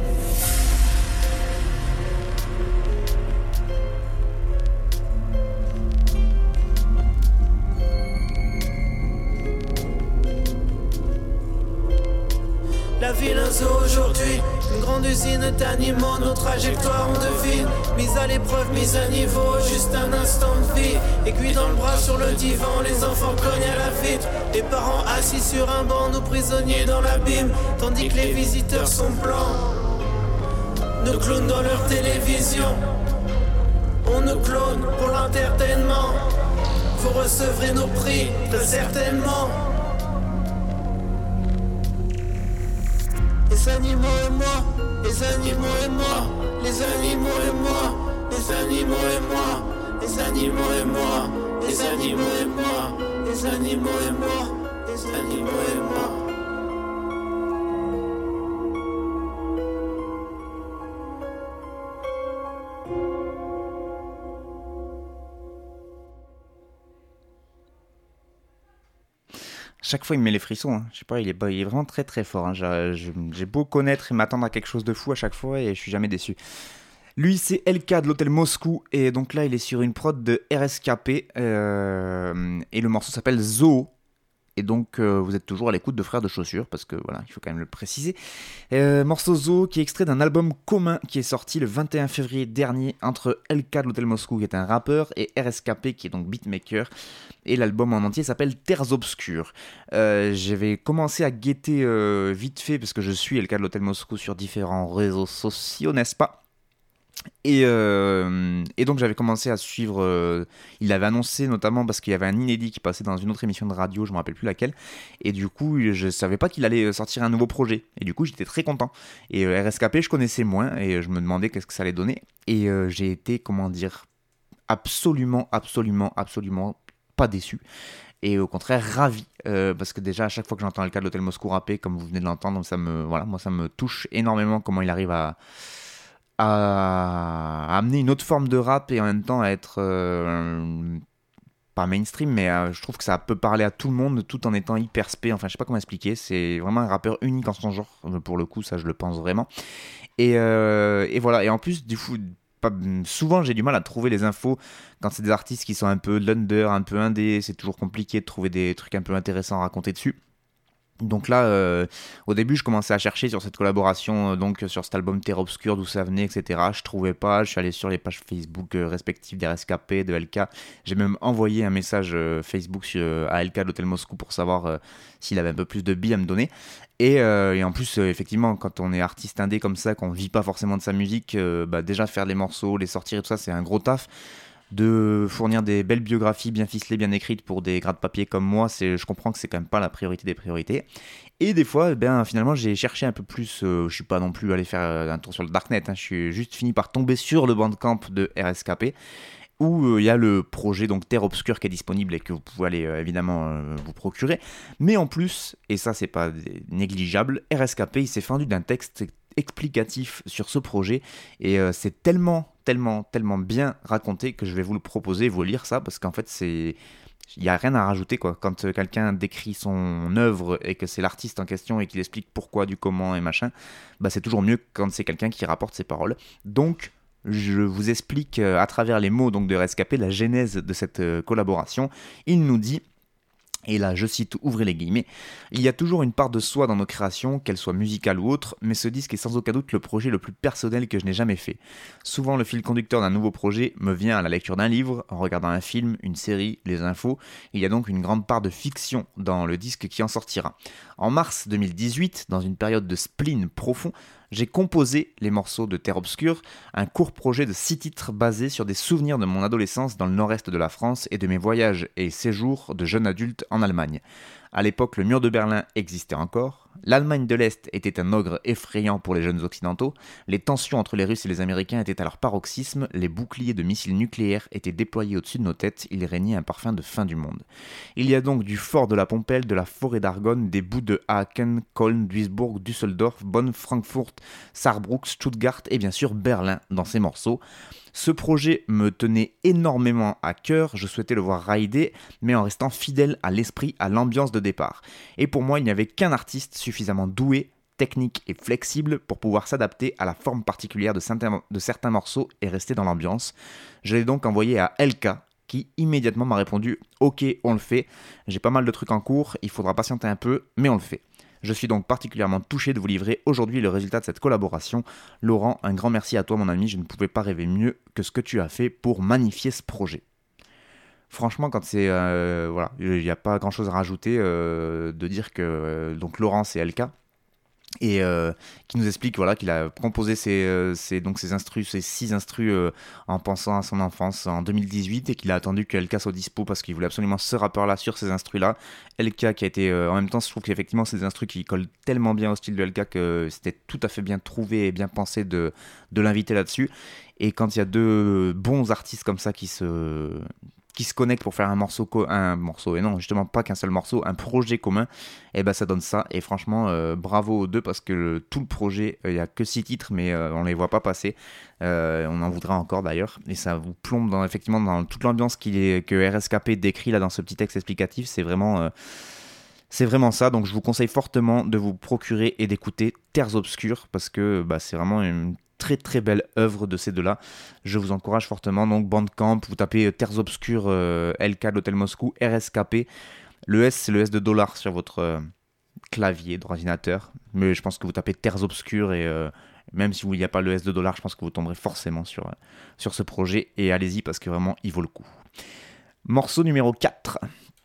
S2: La ville un zoo aujourd'hui, une grande usine d'animaux, nos trajectoires on devine. Mise à l'épreuve, mise à niveau, juste un instant de vie. Aiguille dans le bras sur le divan, les enfants cognent à la vitre. Les parents assis sur un banc, nous prisonniers dans l'abîme. Tandis que les visiteurs sont blancs, nous clonent dans leur télévision. On nous clone pour l'entertainment. Vous recevrez nos prix, très certainement. Les animaux et moi, les animaux et moi, les animaux et moi, les animaux et moi, les animaux et moi, Les animaux et moi, les animaux et moi, les animaux et moi.
S4: Chaque fois, il me met les frissons. Hein. Je sais pas, il est, il est vraiment très très fort. Hein. J'ai, j'ai beau connaître et m'attendre à quelque chose de fou à chaque fois et je suis jamais déçu. Lui, c'est L K de l'Hôtel Moscou et donc là, il est sur une prod de R S K P euh, et le morceau s'appelle Zoo. Et donc, euh, vous êtes toujours à l'écoute de Frères de Chaussures, parce que voilà, il faut quand même le préciser. Euh, morceau Zoo qui est extrait d'un album commun qui est sorti le vingt et un février dernier entre L K de l'Hôtel Moscou, qui est un rappeur, et R S K P, qui est donc beatmaker. Et l'album en entier s'appelle Terres Obscures. Euh, j'avais commencé à guetter euh, vite fait, parce que je suis L K de l'Hôtel Moscou sur différents réseaux sociaux, n'est-ce pas ? Et, euh, et donc j'avais commencé à suivre, euh, il l'avait annoncé notamment parce qu'il y avait un inédit qui passait dans une autre émission de radio, je ne me rappelle plus laquelle, et du coup je savais pas qu'il allait sortir un nouveau projet, et du coup j'étais très content. Et euh, R S K P je connaissais moins, et je me demandais qu'est-ce que ça allait donner, et euh, j'ai été, comment dire, absolument, absolument, absolument pas déçu. Et au contraire ravi, euh, parce que déjà à chaque fois que j'entends le cas de l'Hôtel Moscou rapper, comme vous venez de l'entendre, ça me, voilà, moi ça me touche énormément comment il arrive à... à amener une autre forme de rap et en même temps à être euh, pas mainstream, mais euh, je trouve que ça peut parler à tout le monde tout en étant hyper spé, enfin je sais pas comment expliquer, c'est vraiment un rappeur unique en son genre, pour le coup ça je le pense vraiment, et, euh, et voilà, et en plus du coup pas, souvent j'ai du mal à trouver les infos quand c'est des artistes qui sont un peu l'under, un peu indé, c'est toujours compliqué de trouver des trucs un peu intéressants à raconter dessus. Donc là, euh, au début, je commençais à chercher sur cette collaboration, euh, donc sur cet album Terre Obscure, d'où ça venait, et cetera. Je trouvais pas, je suis allé sur les pages Facebook euh, respectives d'R S K P, de L K. J'ai même envoyé un message euh, Facebook sur, euh, à L K de l'Hôtel Moscou pour savoir euh, s'il avait un peu plus de billes à me donner. Et, euh, et en plus, euh, effectivement, quand on est artiste indé comme ça, qu'on vit pas forcément de sa musique, euh, bah, déjà faire les morceaux, les sortir et tout ça, c'est un gros taf. De fournir des belles biographies bien ficelées, bien écrites pour des gras de papier comme moi, c'est, je comprends que c'est quand même pas la priorité des priorités. Et des fois, ben, finalement, j'ai cherché un peu plus, euh, je suis pas non plus allé faire un tour sur le Darknet, hein, je suis juste fini par tomber sur le Bandcamp de R S K P, où il euh, y a le projet donc Terre Obscure qui est disponible et que vous pouvez aller euh, évidemment euh, vous procurer. Mais en plus, et ça c'est pas négligeable, R S K P il s'est fendu d'un texte explicatif sur ce projet et euh, c'est tellement, tellement, tellement bien raconté que je vais vous le proposer, vous lire ça, parce qu'en fait c'est... il n'y a rien à rajouter quoi. Quand euh, quelqu'un décrit son œuvre et que c'est l'artiste en question et qu'il explique pourquoi, du comment et machin, bah c'est toujours mieux quand c'est quelqu'un qui rapporte ses paroles. Donc je vous explique euh, à travers les mots donc, de R S K P la genèse de cette euh, collaboration. Il nous dit, et là je cite, ouvrez les guillemets, « Il y a toujours une part de soi dans nos créations, qu'elles soient musicales ou autres, mais ce disque est sans aucun doute le projet le plus personnel que je n'ai jamais fait. Souvent le fil conducteur d'un nouveau projet me vient à la lecture d'un livre, en regardant un film, une série, les infos. Il y a donc une grande part de fiction dans le disque qui en sortira. En mars deux mille dix-huit, dans une période de spleen profond, j'ai composé les morceaux de Terre Obscure, un court projet de six titres basé sur des souvenirs de mon adolescence dans le nord-est de la France et de mes voyages et séjours de jeune adulte en Allemagne. À l'époque, le mur de Berlin existait encore, l'Allemagne de l'Est était un ogre effrayant pour les jeunes occidentaux, les tensions entre les Russes et les Américains étaient à leur paroxysme, les boucliers de missiles nucléaires étaient déployés au-dessus de nos têtes, il régnait un parfum de fin du monde. Il y a donc du fort de la Pompelle, de la forêt d'Argonne, des bouts de Aachen, Köln, Duisburg, Düsseldorf, Bonn, Francfort, Saarbrück, Stuttgart et bien sûr Berlin dans ces morceaux. Ce projet me tenait énormément à cœur, je souhaitais le voir rider, mais en restant fidèle à l'esprit, à l'ambiance de départ. Et pour moi, il n'y avait qu'un artiste suffisamment doué, technique et flexible pour pouvoir s'adapter à la forme particulière de certains, de certains morceaux et rester dans l'ambiance. Je l'ai donc envoyé à L K, qui immédiatement m'a répondu « Ok, on le fait, j'ai pas mal de trucs en cours, il faudra patienter un peu, mais on le fait ». Je suis donc particulièrement touché de vous livrer aujourd'hui le résultat de cette collaboration. Laurent, un grand merci à toi mon ami, je ne pouvais pas rêver mieux que ce que tu as fait pour magnifier ce projet. Franchement, quand c'est... Euh, voilà, il n'y a pas grand chose à rajouter euh, de dire que euh, donc Laurent c'est L K. Et euh, qui nous explique voilà, qu'il a composé ses, euh, ses, donc ses, instrus, ses six instrus euh, en pensant à son enfance en deux mille dix-huit et qu'il a attendu que L K soit dispo parce qu'il voulait absolument ce rappeur-là sur ces instrus-là. L K qui a été, euh, en même temps, je trouve qu'effectivement c'est des instrus qui collent tellement bien au style de L K que c'était tout à fait bien trouvé et bien pensé de, de l'inviter là-dessus. Et quand il y a deux bons artistes comme ça qui se... qui se connectent pour faire un morceau, co- un morceau, et non, justement pas qu'un seul morceau, un projet commun, et ben ça donne ça. Et franchement, euh, bravo aux deux, parce que le, tout le projet, il euh, n'y a que six titres, mais euh, on les voit pas passer. Euh, on en voudra encore d'ailleurs, et ça vous plombe dans, effectivement dans toute l'ambiance qu'il est, que R S K P décrit là dans ce petit texte explicatif. C'est vraiment, euh, c'est vraiment ça. Donc je vous conseille fortement de vous procurer et d'écouter Terres Obscures, parce que bah, c'est vraiment une très très belle œuvre de ces deux-là. Je vous encourage fortement. Donc Bandcamp, vous tapez Terres Obscures, euh, L K de l'Hôtel Moscou, R S K P. Le S, c'est le S de dollar sur votre euh, clavier d'ordinateur. Mais je pense que vous tapez Terres Obscures et euh, même si il n'y a pas le S de dollar, je pense que vous tomberez forcément sur, euh, sur ce projet. Et allez-y parce que vraiment, il vaut le coup. Morceau numéro quatre.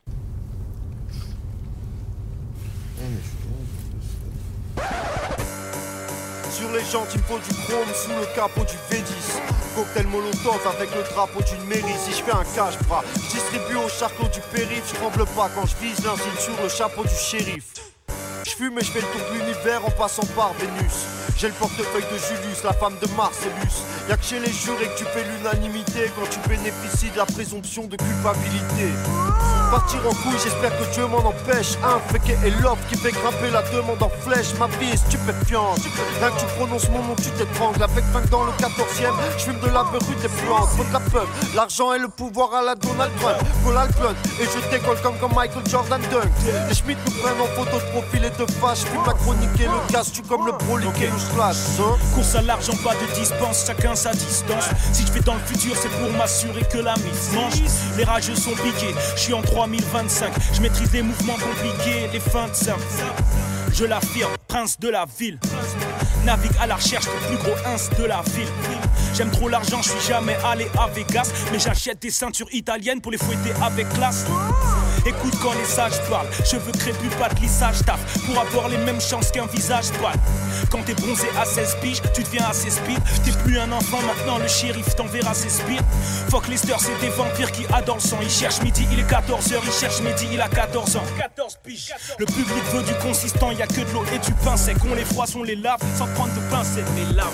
S11: Sur les jantes, il me faut du chrome sous le capot du V dix. Cocktail molotov avec le drapeau d'une mairie. Si je fais un cache-bras, je distribue au charclos du périph'. Je tremble pas quand je vise l'insigne sur le chapeau du shérif. Je fume et je fais le tour de l'univers en passant par Vénus. J'ai le portefeuille de Julius, la femme de Marcellus. Y'a que chez les jurés que tu fais l'unanimité quand tu bénéficies de la présomption de culpabilité. Partir en couille, j'espère que Dieu m'en empêche. Un féqué et l'offre qui fait grimper la demande en flèche. Ma vie est stupéfiante. Rien que tu prononces mon nom, tu t'étrangles. Avec Funk dans le quatorzième, je fume de la beurre des plantes. Faut de la peur, l'argent et le pouvoir à la Donald Trump. Colal Blunt, et je décolle comme quand Michael Jordan dunk. Les Schmitt nous prennent en photo de profil et de fâche. Fume la chronique et le casse, tu comme le brolique et le slash. Hein?
S8: Course à l'argent, pas de dispense, chacun sa distance. Si je vais dans le futur, c'est pour m'assurer que la mise mange. Les rageux sont piqués, je suis en trois mille vingt-cinq. Je maîtrise les mouvements compliqués, les feintes simples. Je l'affirme, prince de la ville. Navigue à la recherche du plus gros ins de la ville. J'aime trop l'argent, je suis jamais allé à Vegas. Mais j'achète des ceintures italiennes pour les fouetter avec classe. Écoute quand les sages parlent, cheveux crépus, pas de lissage, taf. Pour avoir les mêmes chances qu'un visage pâle. Quand t'es bronzé à seize piges, tu deviens assez speed. T'es plus un enfant, maintenant le shérif t'enverra ses spires. Fuck Lester, c'est des vampires qui adorent le sang. Ils cherchent midi, il est quatorze heures, ils cherchent midi, il a quatorze ans. quatorze piges. Le public veut du consistant, y'a que de l'eau et du pain sec. On les froisse, on les lave, sans prendre de pincettes, mais lave.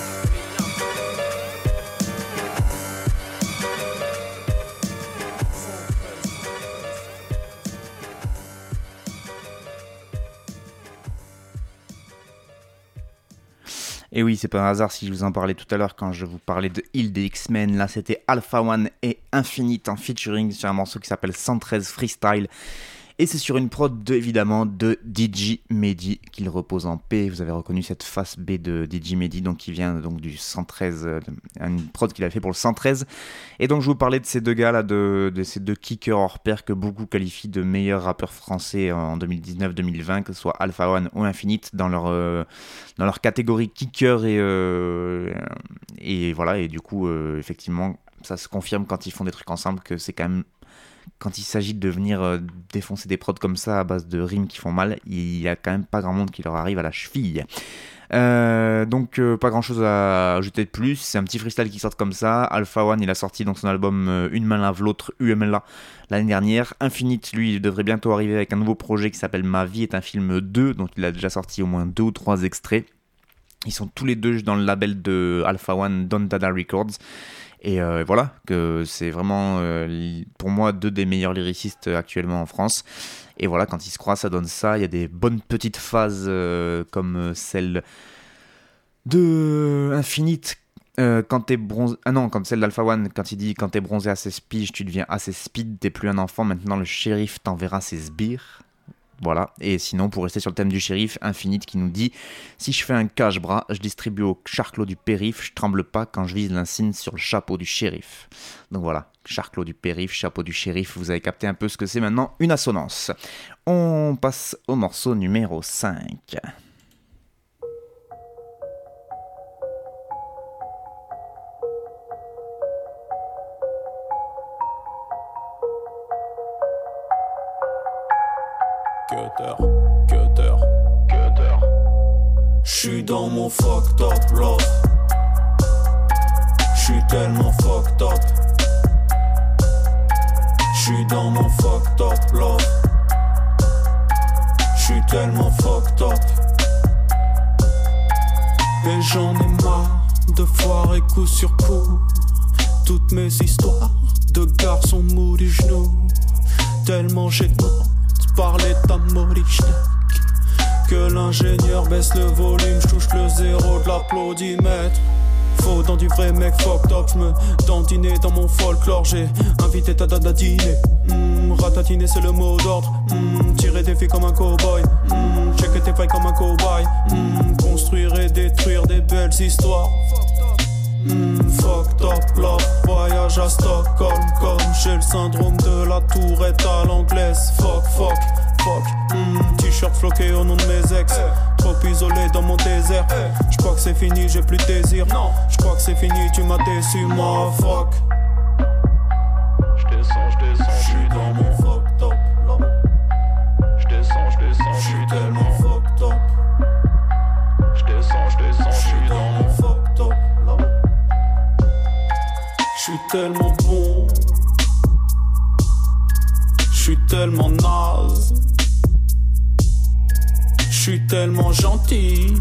S4: Et oui, c'est pas un hasard si je vous en parlais tout à l'heure quand je vous parlais de Hill des X-Men. Là, c'était Alpha One et Infinite en featuring sur un morceau qui s'appelle cent treize Freestyle. Et c'est sur une prod de, évidemment de D J Mehdi, qu'il repose en paix. Vous avez reconnu cette face B de D J Mehdi, donc qui vient donc du cent treize, euh, une prod qu'il a fait pour le cent treize. Et donc je vous parlais de ces deux gars là, de, de ces deux kickers hors pair que beaucoup qualifient de meilleurs rappeurs français en deux mille dix-neuf deux mille vingt, que ce soit Alpha One ou Infinite, dans leur, euh, dans leur catégorie kicker et, euh, et voilà. Et du coup, euh, effectivement, ça se confirme quand ils font des trucs ensemble que c'est quand même. Quand il s'agit de venir euh, défoncer des prods comme ça à base de rimes qui font mal, il y a quand même pas grand monde qui leur arrive à la cheville. Euh, donc euh, pas grand chose à ajouter de plus, c'est un petit freestyle qui sort comme ça. Alpha One, il a sorti donc son album euh, Une main lave l'autre, U M L A, l'année dernière. Infinite, lui, il devrait bientôt arriver avec un nouveau projet qui s'appelle Ma vie est un film deux, donc il a déjà sorti au moins deux ou trois extraits. Ils sont tous les deux dans le label de Alpha One, Don Dada Records. Et euh, voilà, que c'est vraiment euh, pour moi deux des meilleurs lyricistes actuellement en France. Et voilà, quand ils se croisent, ça donne ça. Il y a des bonnes petites phases euh, comme celle de Infinite. Euh, quand t'es bronzé, ah non, quand celle d'Alpha One, quand il dit quand t'es bronzé à seize piges, tu deviens assez speed, t'es plus un enfant. Maintenant le shérif t'enverra ses sbires. Voilà, et sinon pour rester sur le thème du shérif, Infinite qui nous dit « Si je fais un cache-bras, je distribue au charclos du périph', je tremble pas quand je vise l'insigne sur le chapeau du shérif. » Donc voilà, charclos du périph', chapeau du shérif, vous avez capté un peu ce que c'est maintenant, une assonance. On passe au morceau numéro cinq.
S12: Cutter, cutter, cutter. J'suis dans mon fucked up love. J'suis tellement fucked up. J'suis dans mon fucked up love. J'suis tellement fucked up. Et j'en ai marre de foirer coup sur coup toutes mes histoires de garçons mous du genou. Tellement j'ai demandé par l'état morichnek que l'ingénieur baisse le volume, j'touche le zéro de l'applaudimètre. Faut dans du vrai mec fucked up, j'me dandiner dans mon folklore. J'ai invité ta dada à dîner, mmh, ratatiner c'est le mot d'ordre, mmh, tirer des filles comme un cowboy, mmh, checker tes failles comme un cowboy, mmh, construire et détruire des belles histoires. Mmh, fucked up love, voyage à Stockholm comme j'ai le syndrome de la tourette à l'anglaise. Fuck, fuck, fuck, mmh, t-shirt floqué au nom de mes ex. Trop isolé dans mon désert. J'crois que c'est fini, j'ai plus de désir. Non, j'crois que c'est fini, tu m'as déçu, moi fuck. J'descends, j'descends, j'suis dans mon fucked up love. J'descends, j'descends, j'suis tellement fucked up. J'descends, j'descends, j'suis dans mon fucked up love. J'suis tellement bon, j'suis tellement naze, j'suis tellement gentil,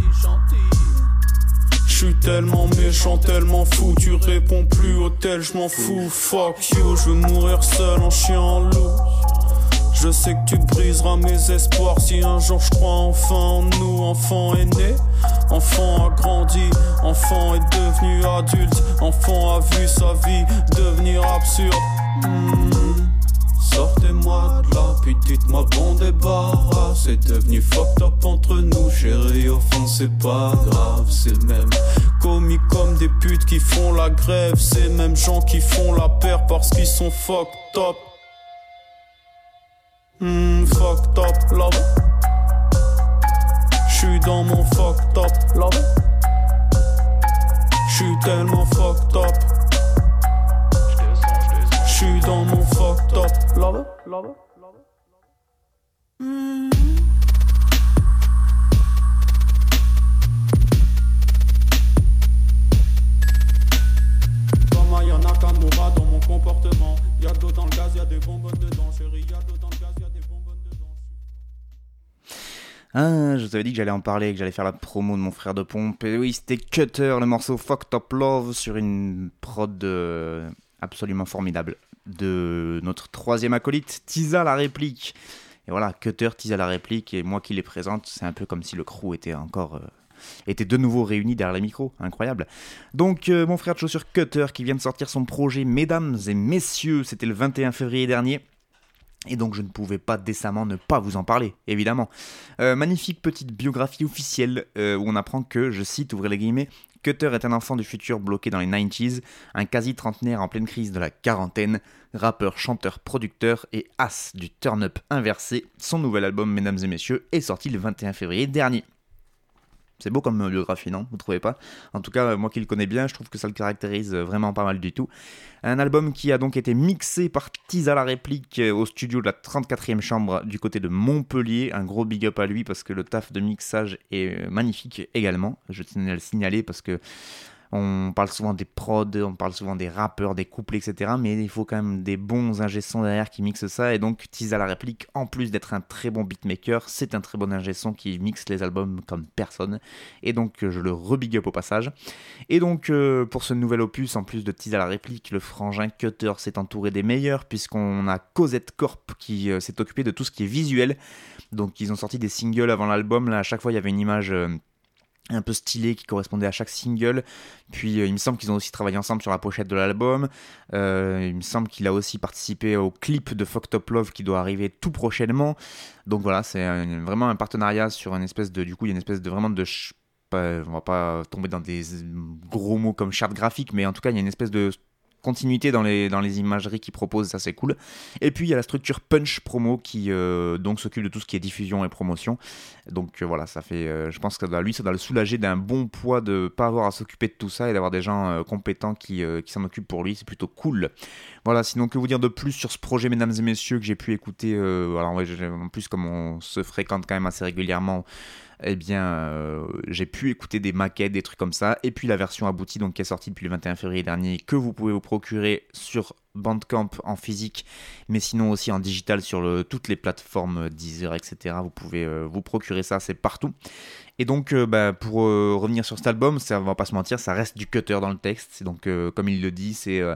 S12: j'suis tellement méchant, tellement fou. Tu réponds plus au tel, j'm'en fous. Fuck you, j'veux mourir seul en chien en loup. Je sais que tu briseras mes espoirs si un jour je crois enfin en nous. Enfant est né, enfant a grandi, enfant est devenu adulte, enfant a vu sa vie devenir absurde. Mmh. Sortez-moi de là, puis dites-moi bon débarras. C'est devenu fucked up entre nous, chérie, au fond c'est pas grave. C'est même commis comme des putes qui font la grève. Ces mêmes gens qui font la paire parce qu'ils sont fucked up. Mmh, fucked up, love. J'suis dans mon fucked up, love. J'suis tellement fucked up. J'suis dans mon fucked up, love, love, love. Mmh. Comme Aya Nakamura dans mon comportement. Y'a de l'eau dans le gaz, y'a des bonbonnes dedans, chérie. Y'a de l'eau dans le gaz, y'a des bonbonnes dedans.
S4: Ah, je vous avais dit que j'allais en parler, que j'allais faire la promo de mon frère de pompe. Et oui, c'était Cutter, le morceau Fucked Up Love, sur une prod euh, absolument formidable de notre troisième acolyte, Tisa la réplique. Et voilà, Cutter, Tisa la réplique, et moi qui les présente, c'est un peu comme si le crew était encore... Euh, était de nouveau réunis derrière les micros, incroyable. Donc euh, mon frère de chaussures Cutter qui vient de sortir son projet Mesdames et Messieurs, c'était le vingt et un février dernier. Et donc je ne pouvais pas décemment ne pas vous en parler, évidemment. Euh, magnifique petite biographie officielle euh, où on apprend que, je cite, ouvrez les guillemets, Cutter est un enfant du futur bloqué dans les quatre-vingt-dix, un quasi-trentenaire en pleine crise de la quarantaine, rappeur, chanteur, producteur et as du turn-up inversé. Son nouvel album Mesdames et Messieurs est sorti le vingt et un février dernier. C'est beau comme biographie, non ? Vous trouvez pas ? En tout cas, moi qui le connais bien, je trouve que ça le caractérise vraiment pas mal du tout. Un album qui a donc été mixé par Tisa la réplique au studio de la trente-quatrième chambre du côté de Montpellier. Un gros big up à lui parce que le taf de mixage est magnifique également. Je tenais à le signaler parce que on parle souvent des prods, on parle souvent des rappeurs, des couplets, et cetera. Mais il faut quand même des bons ingé-sons derrière qui mixent ça. Et donc, Tisa la réplique, en plus d'être un très bon beatmaker, c'est un très bon ingé-son qui mixe les albums comme personne. Et donc, je le re-big up au passage. Et donc, euh, pour ce nouvel opus, en plus de Tisa la réplique, le frangin Cutter s'est entouré des meilleurs, puisqu'on a Cosette Corp qui euh, s'est occupé de tout ce qui est visuel. Donc, ils ont sorti des singles avant l'album. Là, à chaque fois, il y avait une image... Euh, un peu stylé qui correspondait à chaque single. Puis euh, il me semble qu'ils ont aussi travaillé ensemble sur la pochette de l'album. Euh, il me semble qu'il a aussi participé au clip de Fucked Up Love qui doit arriver tout prochainement. Donc voilà, c'est un, vraiment un partenariat sur une espèce de... Du coup, il y a une espèce de vraiment de... Pas, on va pas tomber dans des gros mots comme charte graphique, mais en tout cas, il y a une espèce de continuité dans les, dans les imageries qu'ils proposent, ça c'est cool. Et puis il y a la structure Punch Promo qui euh, donc s'occupe de tout ce qui est diffusion et promotion. Donc euh, voilà, ça fait, euh, je pense que lui ça doit le soulager d'un bon poids de ne pas avoir à s'occuper de tout ça et d'avoir des gens euh, compétents qui, euh, qui s'en occupent pour lui, c'est plutôt cool. Voilà, sinon que vous dire de plus sur ce projet Mesdames et Messieurs que j'ai pu écouter, euh, alors ouais, en plus comme on se fréquente quand même assez régulièrement, eh bien, euh, j'ai pu écouter des maquettes, des trucs comme ça, et puis la version aboutie, donc qui est sortie depuis le vingt et un février dernier, que vous pouvez vous procurer sur Bandcamp en physique, mais sinon aussi en digital sur le, toutes les plateformes Deezer, et cetera. Vous pouvez euh, vous procurer ça, c'est partout. Et donc, euh, bah, pour euh, revenir sur cet album, ça, on va pas se mentir, ça reste du Cutter dans le texte. Donc, euh, comme il le dit, c'est euh,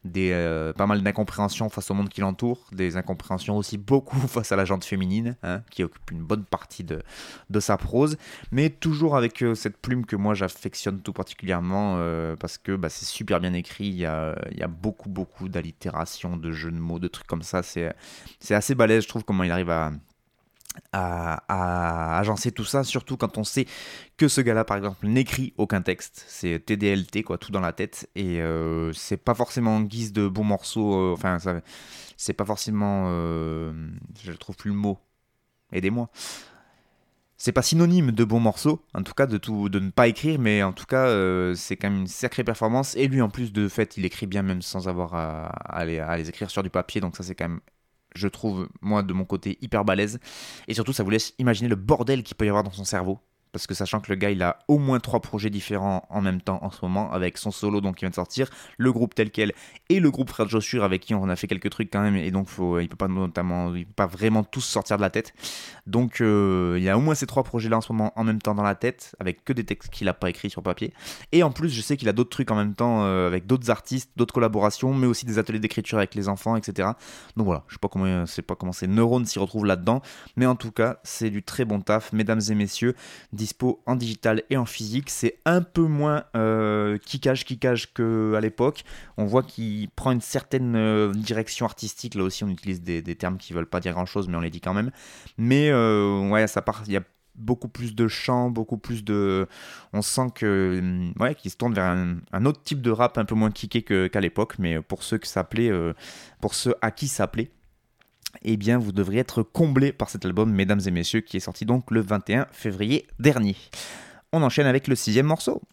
S4: des, euh, pas mal d'incompréhensions face au monde qui l'entoure, des incompréhensions aussi beaucoup face à la gente féminine, hein, qui occupe une bonne partie de, de sa prose, mais toujours avec euh, cette plume que moi j'affectionne tout particulièrement, euh, parce que bah, c'est super bien écrit, il y a, il y a beaucoup beaucoup d'allitérations, de jeux de mots, de trucs comme ça, c'est, c'est assez balèze, je trouve, comment il arrive à... À, à agencer tout ça, surtout quand on sait que ce gars-là, par exemple, n'écrit aucun texte, c'est T D L T, quoi, tout dans la tête, et euh, c'est pas forcément en guise de bons morceaux, euh, enfin, ça, c'est pas forcément, euh, je trouve plus le mot, aidez-moi, c'est pas synonyme de bons morceaux, en tout cas de, tout, de ne pas écrire, mais en tout cas, euh, c'est quand même une sacrée performance, et lui, en plus, de fait, il écrit bien, même sans avoir à, à, les, à les écrire sur du papier, donc ça, c'est quand même, je trouve, moi, de mon côté, hyper balèze. Et surtout, ça vous laisse imaginer le bordel qu'il peut y avoir dans son cerveau. Parce que sachant que le gars, il a au moins trois projets différents en même temps en ce moment, avec son solo donc qui vient de sortir, le groupe tel quel, et le groupe Frère Jossure avec qui on a fait quelques trucs quand même, et donc faut, il peut pas notamment, il peut pas vraiment tous sortir de la tête. Donc euh, il y a au moins ces trois projets là en ce moment en même temps dans la tête, avec que des textes qu'il a pas écrits sur papier. Et en plus, je sais qu'il a d'autres trucs en même temps euh, avec d'autres artistes, d'autres collaborations, mais aussi des ateliers d'écriture avec les enfants, et cetera. Donc voilà, je sais pas comment, je sais pas comment ces neurones s'y retrouvent là-dedans, mais en tout cas, c'est du très bon taf, mesdames et messieurs. Dispo en digital et en physique, c'est un peu moins euh, kickage kickage qu'à l'époque. On voit qu'il prend une certaine euh, direction artistique. Là aussi, on utilise des, des termes qui veulent pas dire grand chose, mais on les dit quand même. Mais euh, ouais, ça part. Il y a beaucoup plus de chants, beaucoup plus de. On sent que ouais, qu'il se tourne vers un, un autre type de rap, un peu moins kické que, qu'à l'époque. Mais pour ceux que ça plaît, euh, pour ceux à qui ça plaît, eh bien, vous devriez être comblés par cet album, mesdames et messieurs, qui est sorti donc le vingt et un février dernier. On enchaîne avec le sixième morceau.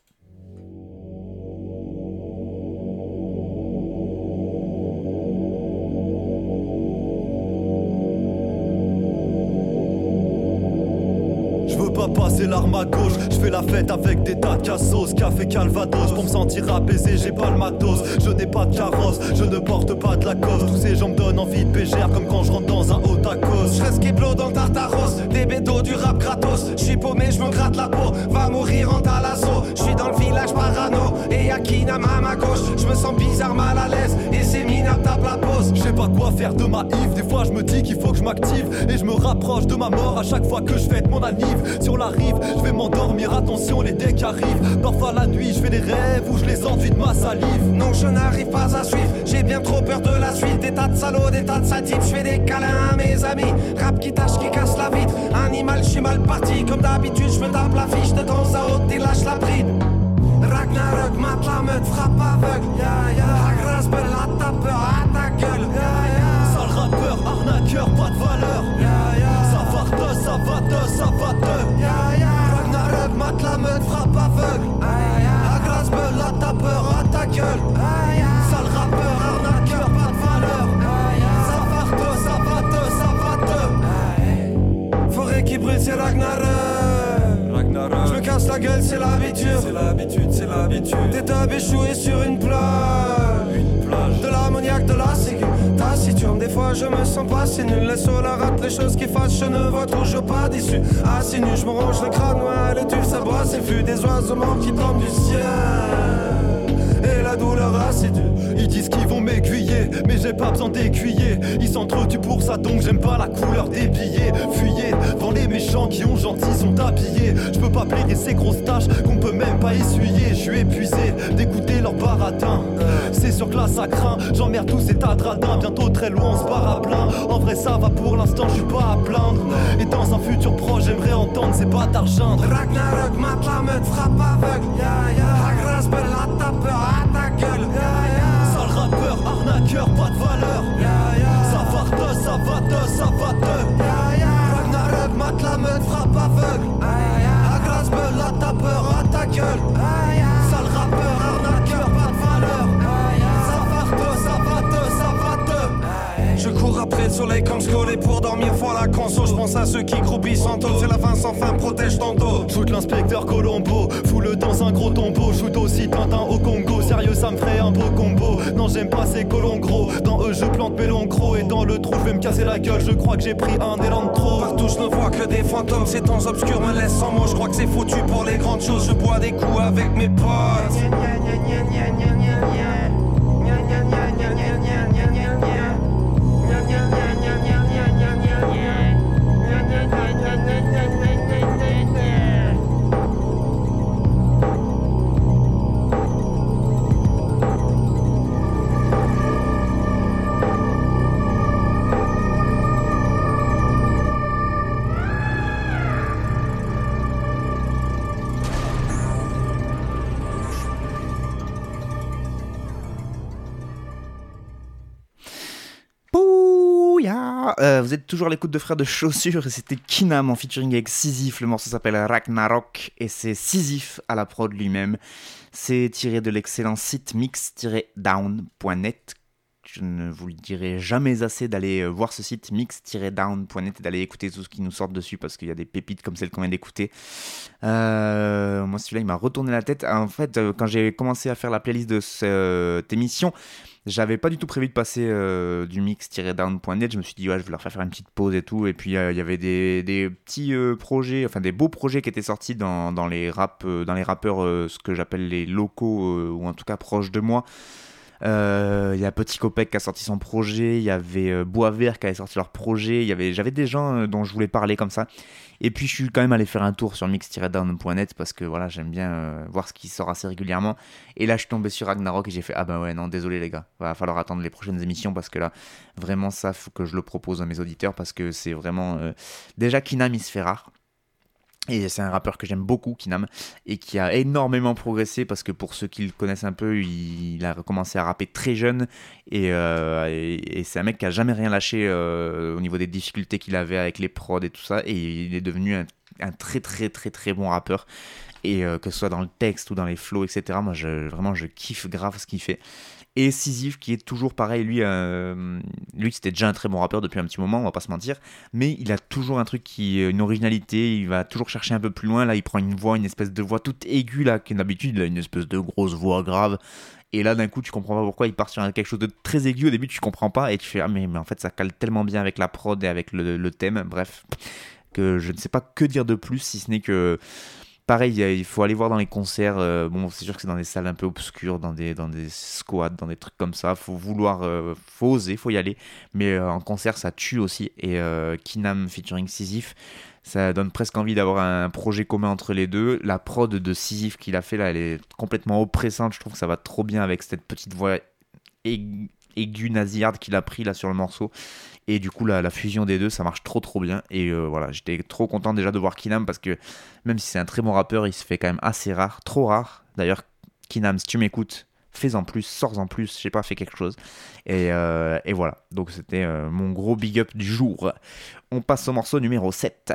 S13: Passer l'arme à gauche, je fais la fête avec des tas de cassos, café Calvados, pour me sentir apaisé, j'ai pas le matos, je n'ai pas de carrosse, je ne porte pas de la cause, tous ces gens me donnent envie de bégère comme quand je rentre dans un haut tacos.
S6: Je reste Keblo dans le Tartaros, des bédos du rap gratos, je suis paumé, je me gratte la peau, va mourir en talasso, je suis dans le village parano, et y'a Kinama à ma gauche, je me sens bizarre, mal à l'aise, et c'est minable, tape la pause.
S13: Je sais pas quoi faire de ma Yves, des fois je me dis qu'il faut que je m'active, et je me rapproche de ma mort à chaque fois que je fête mon anniv. Sur la rive, je vais m'endormir, attention les decks arrivent. Parfois la nuit, je fais des rêves où je les enduis de ma salive.
S6: Non, je n'arrive pas à suivre, j'ai bien trop peur de la suite. Des tas de salauds, des tas de sadites, je fais des câlins à mes amis. Rap qui tâche, qui casse la vitre, animal, je suis mal parti. Comme d'habitude, je me tape la fiche de temps à autre et lâche la bride. Ragnarok, mate la meute, frappe aveugle. Ya ya, agresse, belle, la tapeur, à ta gueule. Ya ya,
S13: sale rappeur, arnaqueur, pas de valeur.
S6: Ya ya,
S13: ça va te, ça va te, ça va te.
S6: Ya ya, Ragnarok, mate la meute, frappe aveugle. Ya ya, agresse, belle, la tapeur, à ta gueule. Ya ya,
S13: sale rappeur, arnaqueur, pas de valeur.
S6: Ya ya,
S13: ça va te, ça va te, ça va
S6: te. Forêt qui brûle, c'est Ragnarok. Je me casse la gueule, c'est l'habitude.
S13: C'est l'habitude, c'est l'habitude.
S6: T'es tub échoué sur une plage.
S13: Une plage.
S6: De l'ammoniaque, de la sécu. Taciturne, des fois je me sens pas si nul. Laisse au la rate les choses qui fâchent. Je ne vois toujours pas d'issue. Assis nu, je me ronge le crâne. Ouais, les tubes, ça boit, c'est fût. Des oiseaux morts qui tombent du ciel. Et la douleur assidue.
S13: Ils disent qu'ils vont m'aiguiller, mais j'ai pas besoin d'écuyer. Ils s'entretuent pour ça, donc j'aime pas la couleur des billets. Fuyez, devant les méchants qui ont gentil sont habillés. Je peux pas plaider ces grosses tâches qu'on peut même pas essuyer. Je suis épuisé d'écouter leur baratin. C'est sûr que là ça craint, j'emmerde tous ces tas de radins. Bientôt très loin, on se barre à plein. En vrai ça va pour l'instant, je suis pas à plaindre. Et dans un futur proche, j'aimerais entendre ces bâtards geindre.
S6: Ragnarok, mate la meute, frappe aveugle. Ya ya, agresse, belle, la tapeur, à ta gueule. Ya ya,
S13: sale rappeur, arnaqueur, pas de valeur.
S6: Ya ya,
S13: ça va te, ça va te, ça va te.
S6: Ya ya, Ragnarok, mate la meute, frappe aveugle. Ya ya, agresse, belle, la tapeur, à ta gueule. Ya ya,
S13: sale rappeur, arnaqueur, pas de valeur.
S6: Ya ya,
S13: ça va te, ça va te, ça va te.
S6: Je cours après le soleil comme scolé pour dormir voir la console. Je pense à ceux qui groupissent en taux. C'est la fin sans fin, protège ton dos.
S13: Shoot l'inspecteur Colombo, foule dans un gros tombeau. Shoot aussi Tintin au Congo, sérieux ça me ferait un beau combo. Non j'aime pas ces colons gros, dans eux je plante mes longs gros. Et dans le trou je vais me casser la gueule, je crois que j'ai pris un élan de trop.
S6: Partout je ne vois que des fantômes, ces temps obscurs me laissent sans mots. Je crois que c'est foutu pour les grandes choses, je bois des coups avec mes potes.
S4: Euh, vous êtes toujours à l'écoute de Frères de Chaussures et c'était Kinam en featuring avec Sisyphe. Le morceau s'appelle Ragnarok et c'est Sisyphe à la prod lui-même. C'est tiré de l'excellent site mix tiret down point net. Je ne vous le dirai jamais assez d'aller voir ce site mix tiret down point net et d'aller écouter tout ce qui nous sort dessus parce qu'il y a des pépites comme celle qu'on vient d'écouter. Euh, moi celui-là il m'a retourné la tête. En fait quand j'ai commencé à faire la playlist de cette émission, j'avais pas du tout prévu de passer euh, du mix tiret down point net. Je me suis dit ouais je vais leur faire faire une petite pause et tout. Et puis il euh, y avait des, des petits euh, projets, enfin des beaux projets qui étaient sortis dans, dans les rap, euh, dans les rappeurs, euh, ce que j'appelle les locaux euh, ou en tout cas proches de moi. Il euh, y a Petit Copec qui a sorti son projet, il y avait euh, Bois Vert qui avait sorti leur projet, y avait, j'avais des gens euh, dont je voulais parler comme ça. Et puis je suis quand même allé faire un tour sur mix tiret down point net parce que voilà, j'aime bien euh, voir ce qui sort assez régulièrement. Et là je suis tombé sur Ragnarok et j'ai fait ah bah ouais non désolé les gars, va falloir attendre les prochaines émissions parce que là vraiment ça faut que je le propose à mes auditeurs parce que c'est vraiment euh... déjà Kinam il se fait rare. Et c'est un rappeur que j'aime beaucoup, Kinam, et qui a énormément progressé parce que pour ceux qui le connaissent un peu, il, il a commencé à rapper très jeune et, euh, et, et c'est un mec qui a jamais rien lâché euh, au niveau des difficultés qu'il avait avec les prods et tout ça, et il est devenu un, un très très très très bon rappeur. Et euh, que ce soit dans le texte ou dans les flows, et cetera. Moi, je, vraiment, je kiffe grave ce qu'il fait. Et Sisyphe, qui est toujours pareil, lui, euh, lui c'était déjà un très bon rappeur depuis un petit moment, on va pas se mentir, mais il a toujours un truc qui, une originalité, il va toujours chercher un peu plus loin. Là, il prend une voix, une espèce de voix toute aiguë, là, qui d'habitude, il a une espèce de grosse voix grave. Et là, d'un coup, tu comprends pas pourquoi il part sur quelque chose de très aigu. Au début, tu comprends pas et tu fais ah mais, mais en fait, ça cale tellement bien avec la prod et avec le, le thème. Bref, que je ne sais pas que dire de plus, si ce n'est que pareil, il faut aller voir dans les concerts. Euh, bon, c'est sûr que c'est dans des salles un peu obscures, dans des, dans des squats, dans des trucs comme ça. Faut vouloir, euh, faut oser, faut y aller. Mais euh, en concert, ça tue aussi. Et euh, Kinam featuring Sisyphe, ça donne presque envie d'avoir un projet commun entre les deux. La prod de Sisyphe qu'il a fait là, elle est complètement oppressante. Je trouve que ça va trop bien avec cette petite voix aiguë, aiguë nasillarde qu'il a pris là sur le morceau. Et du coup, la, la fusion des deux, ça marche trop trop bien. Et euh, voilà, j'étais trop content déjà de voir Kinam parce que même si c'est un très bon rappeur, il se fait quand même assez rare, trop rare. D'ailleurs, Kinam, si tu m'écoutes, fais-en plus, sors-en plus, je sais pas, fais quelque chose. Et, euh, et voilà, donc c'était euh, mon gros big up du jour. On passe au morceau numéro sept.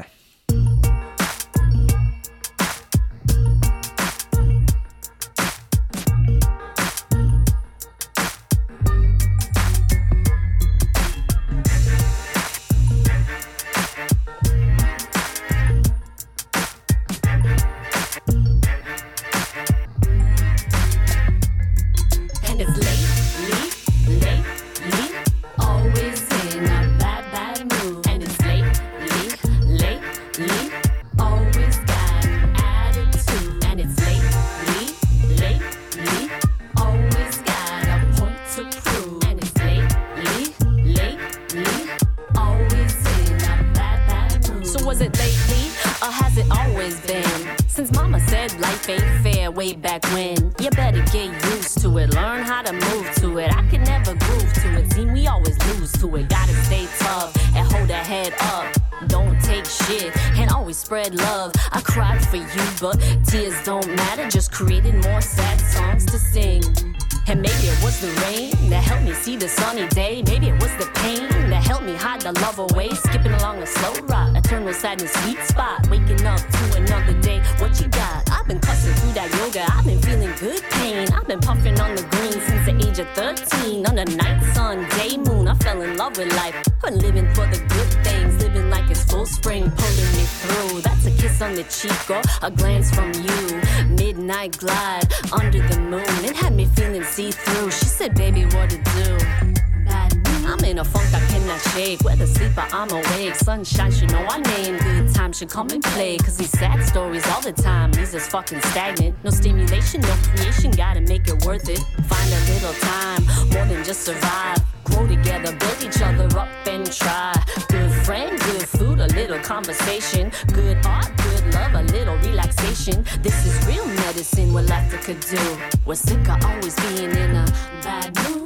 S14: Tears don't matter, just created more sad songs to sing. And maybe it was the rain that helped me see the sunny day. Maybe it was the pain that helped me hide the love away. Skipping along a slow ride, eternal sadness, sweet spot. Waking up to another day, what you got? I've been cussing through that yoga, I've been feeling good pain. I've been puffing on the green since the age of thirteen. Under night sun, day moon, I fell in love with life. Been living for the good things, living like it's full spring, pulling me through. That's a kiss on the cheek or a glance from you. Midnight glide under the moon, it had me feeling see-through. She said, baby, what to do? Bad news. I'm in a funk I cannot shake. Whether sleeper, I'm awake. Sunshine should know our name. Good times should come and play. Cause these sad stories all the time leaves us fucking stagnant. No stimulation, no creation, gotta make it worth it. Find a little time, more than just survive. Grow together, build each other up and try. Good friend, good food, a little conversation. Good art, good love, a little relaxation. This is real medicine, what laughter could do. We're sick of always being in a bad mood.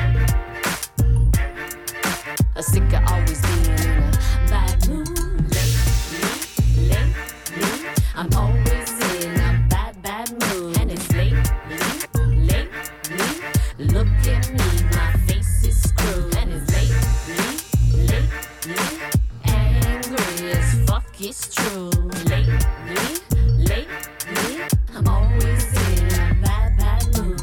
S14: A sick of always being in a bad mood. Lately, lately, I'm always in a bad, bad mood. And it's lately, lately, look at me, my face is screwed. And it's lately, lately, angry as fuck, it's true. Lately, lately, I'm always in a bad, bad mood.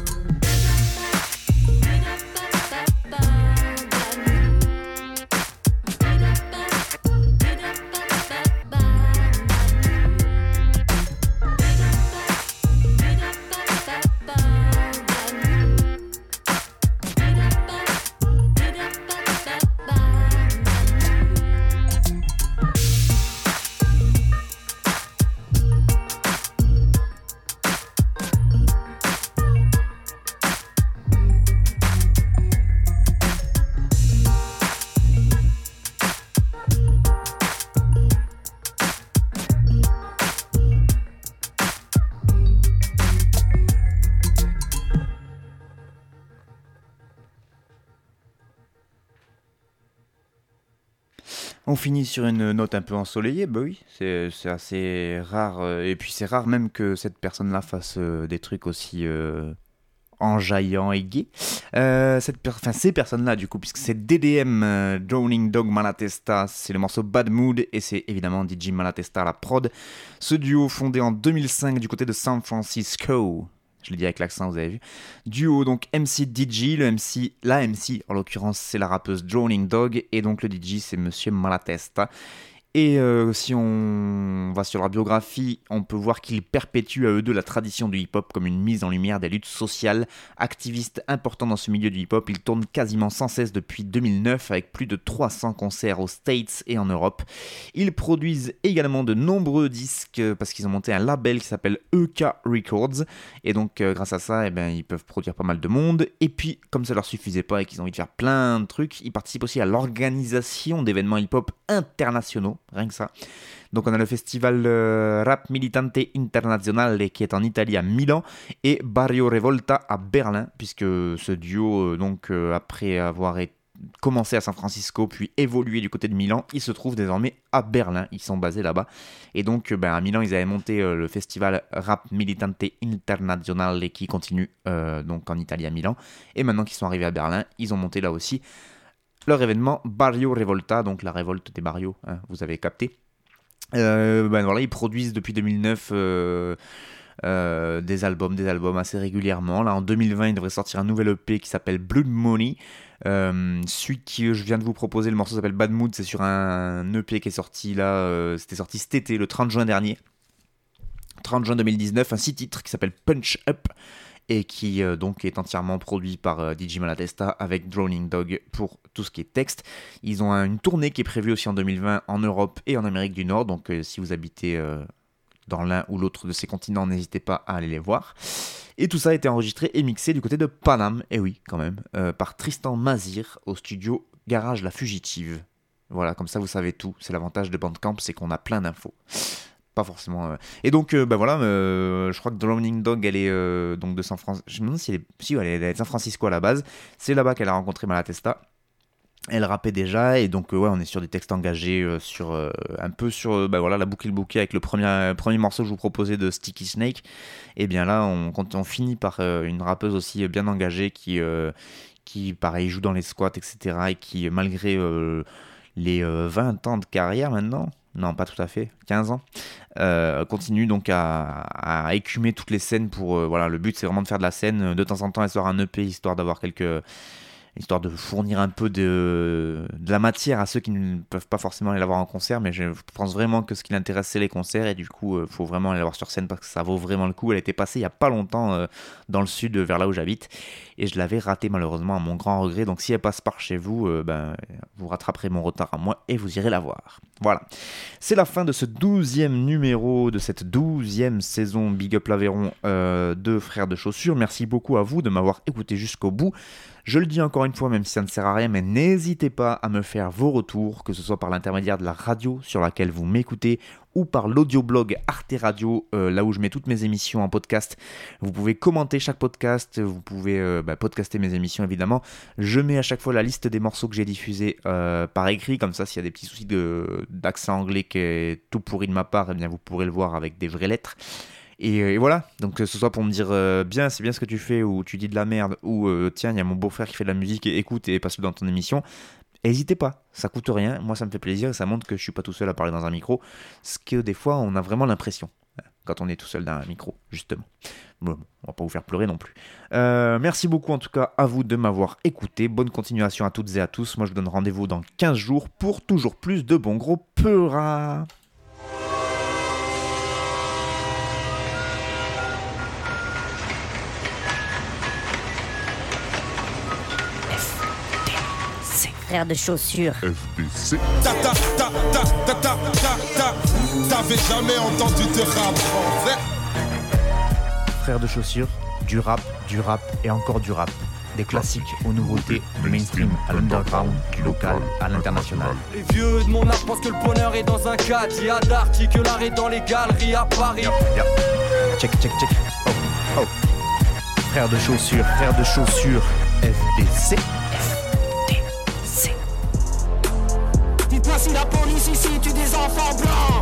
S4: On finit sur une note un peu ensoleillée, bah oui, c'est, c'est assez rare, euh, et puis c'est rare même que cette personne-là fasse euh, des trucs aussi euh, enjaillants et gays. Euh, cette per- enfin, ces personnes-là, du coup, puisque c'est D D M, euh, Drowning Dog Malatesta, c'est le morceau Bad Mood, et c'est évidemment D J Malatesta à la prod. Ce duo fondé en deux mille cinq du côté de San Francisco. Je l'ai dit avec l'accent, vous avez vu. Duo, donc M C D J, le M C, la M C, en l'occurrence, c'est la rappeuse Drowning Dog, et donc le D J, c'est Monsieur Malatesta. Et euh, si on va sur leur biographie, on peut voir qu'ils perpétuent à eux deux la tradition du hip-hop comme une mise en lumière des luttes sociales. Activistes importants dans ce milieu du hip-hop, ils tournent quasiment sans cesse depuis deux mille neuf avec plus de trois cents concerts aux States et en Europe. Ils produisent également de nombreux disques parce qu'ils ont monté un label qui s'appelle E K Records. Et donc euh, grâce à ça, eh ben, ils peuvent produire pas mal de monde. Et puis comme ça leur suffisait pas et qu'ils ont envie de faire plein de trucs, ils participent aussi à l'organisation d'événements hip-hop internationaux. Rien que ça. Donc on a le festival euh, Rap Militante Internazionale qui est en Italie à Milan et Barrio Revolta à Berlin, puisque ce duo, euh, donc euh, après avoir été commencé à San Francisco puis évolué du côté de Milan, ils se trouvent désormais à Berlin, ils sont basés là-bas. Et donc ben, à Milan ils avaient monté euh, le festival Rap Militante Internazionale qui continue euh, donc en Italie à Milan. Et maintenant qu'ils sont arrivés à Berlin, ils ont monté là aussi leur événement Barrio Revolta, donc la révolte des barrios, hein, vous avez capté. Euh, ben voilà, ils produisent depuis deux mille neuf euh, euh, des albums, des albums assez régulièrement. Là, en deux mille vingt, ils devraient sortir un nouvel E P qui s'appelle Blood Money. Euh, celui que je viens de vous proposer, le morceau s'appelle Bad Mood, c'est sur un E P qui est sorti là, euh, c'était sorti cet été, le trente juin dernier. trente juin deux mille dix-neuf, un six titres qui s'appelle Punch Up. Et qui euh, donc est entièrement produit par euh, D J Malatesta avec Drowning Dog pour tout ce qui est texte. Ils ont un, une tournée qui est prévue aussi en deux mille vingt en Europe et en Amérique du Nord, donc euh, si vous habitez euh, dans l'un ou l'autre de ces continents, n'hésitez pas à aller les voir. Et tout ça a été enregistré et mixé du côté de Paname, et oui quand même, euh, par Tristan Mazir au studio Garage La Fugitive. Voilà, comme ça vous savez tout, c'est l'avantage de Bandcamp, c'est qu'on a plein d'infos. Pas forcément. Euh... Et donc, euh, bah voilà, euh, je crois que Drowning Dog, elle est euh, donc de San Francisco. Je me demande si elle est, si, ouais, elle est de San Francisco à la base. C'est là-bas qu'elle a rencontré Malatesta. Elle rappait déjà, et donc, euh, ouais, on est sur des textes engagés, euh, sur euh, un peu sur, euh, bah voilà, la boucle et le bouquet avec le premier, euh, premier morceau que je vous proposais de Sticky Snake. Et bien là, on, quand on finit par euh, une rappeuse aussi bien engagée qui, euh, qui, pareil, joue dans les squats, et cetera. Et qui, malgré euh, les euh, vingt ans de carrière maintenant. Non, pas tout à fait, quinze ans, euh, continue donc à, à écumer toutes les scènes pour, euh, voilà, le but c'est vraiment de faire de la scène, de temps en temps elle sort un E P histoire d'avoir quelques, histoire de fournir un peu de, de la matière à ceux qui ne peuvent pas forcément aller la voir en concert, mais je pense vraiment que ce qui l'intéresse c'est les concerts, et du coup il euh, faut vraiment aller la voir sur scène parce que ça vaut vraiment le coup. Elle était passée il n'y a pas longtemps euh, dans le sud, vers là où j'habite, et je l'avais ratée malheureusement à mon grand regret, donc si elle passe par chez vous, euh, ben, vous rattraperez mon retard à moi et vous irez la voir. Voilà, c'est la fin de ce douzième numéro de cette douzième saison Big Up l'Aveyron euh, de Frères de Chaussures. Merci beaucoup à vous de m'avoir écouté jusqu'au bout. Je le dis encore une fois, même si ça ne sert à rien, mais n'hésitez pas à me faire vos retours, que ce soit par l'intermédiaire de la radio sur laquelle vous m'écoutez ou par l'audioblog Arte Radio, euh, là où je mets toutes mes émissions en podcast. Vous pouvez commenter chaque podcast, vous pouvez euh, bah, podcaster mes émissions évidemment. Je mets à chaque fois la liste des morceaux que j'ai diffusés euh, par écrit, comme ça s'il y a des petits soucis de, d'accent anglais qui est tout pourri de ma part, eh bien vous pourrez le voir avec des vraies lettres. Et, et voilà, donc que ce soit pour me dire euh, bien, c'est bien ce que tu fais, ou tu dis de la merde, ou euh, tiens, il y a mon beau-frère qui fait de la musique, et écoute et passe-le dans ton émission, n'hésitez pas, ça coûte rien, moi ça me fait plaisir et ça montre que je suis pas tout seul à parler dans un micro, ce que des fois on a vraiment l'impression quand on est tout seul dans un micro, justement. Bon, on va pas vous faire pleurer non plus. Euh, merci beaucoup en tout cas à vous de m'avoir écouté, bonne continuation à toutes et à tous, moi je vous donne rendez-vous dans quinze jours pour toujours plus de bons gros peuras.
S14: Frères de chaussures.
S3: F D C. Ta ta ta ta ta ta ta ta. T'avais jamais entendu de rap français.
S4: Frères de chaussures, du rap, du rap et encore du rap. Des classiques aux nouveautés, du mainstream à l'underground, du local à l'international.
S5: Les vieux de mon art pensent que le bonheur est dans un cadre. Il y a Darty, que l'art est dans les galeries à Paris.
S4: Yep, yep. Check, check, check. Oh, oh. Frères de chaussures, frères de chaussures, F D C.
S15: Dites-moi si la police ici tue des enfants blancs.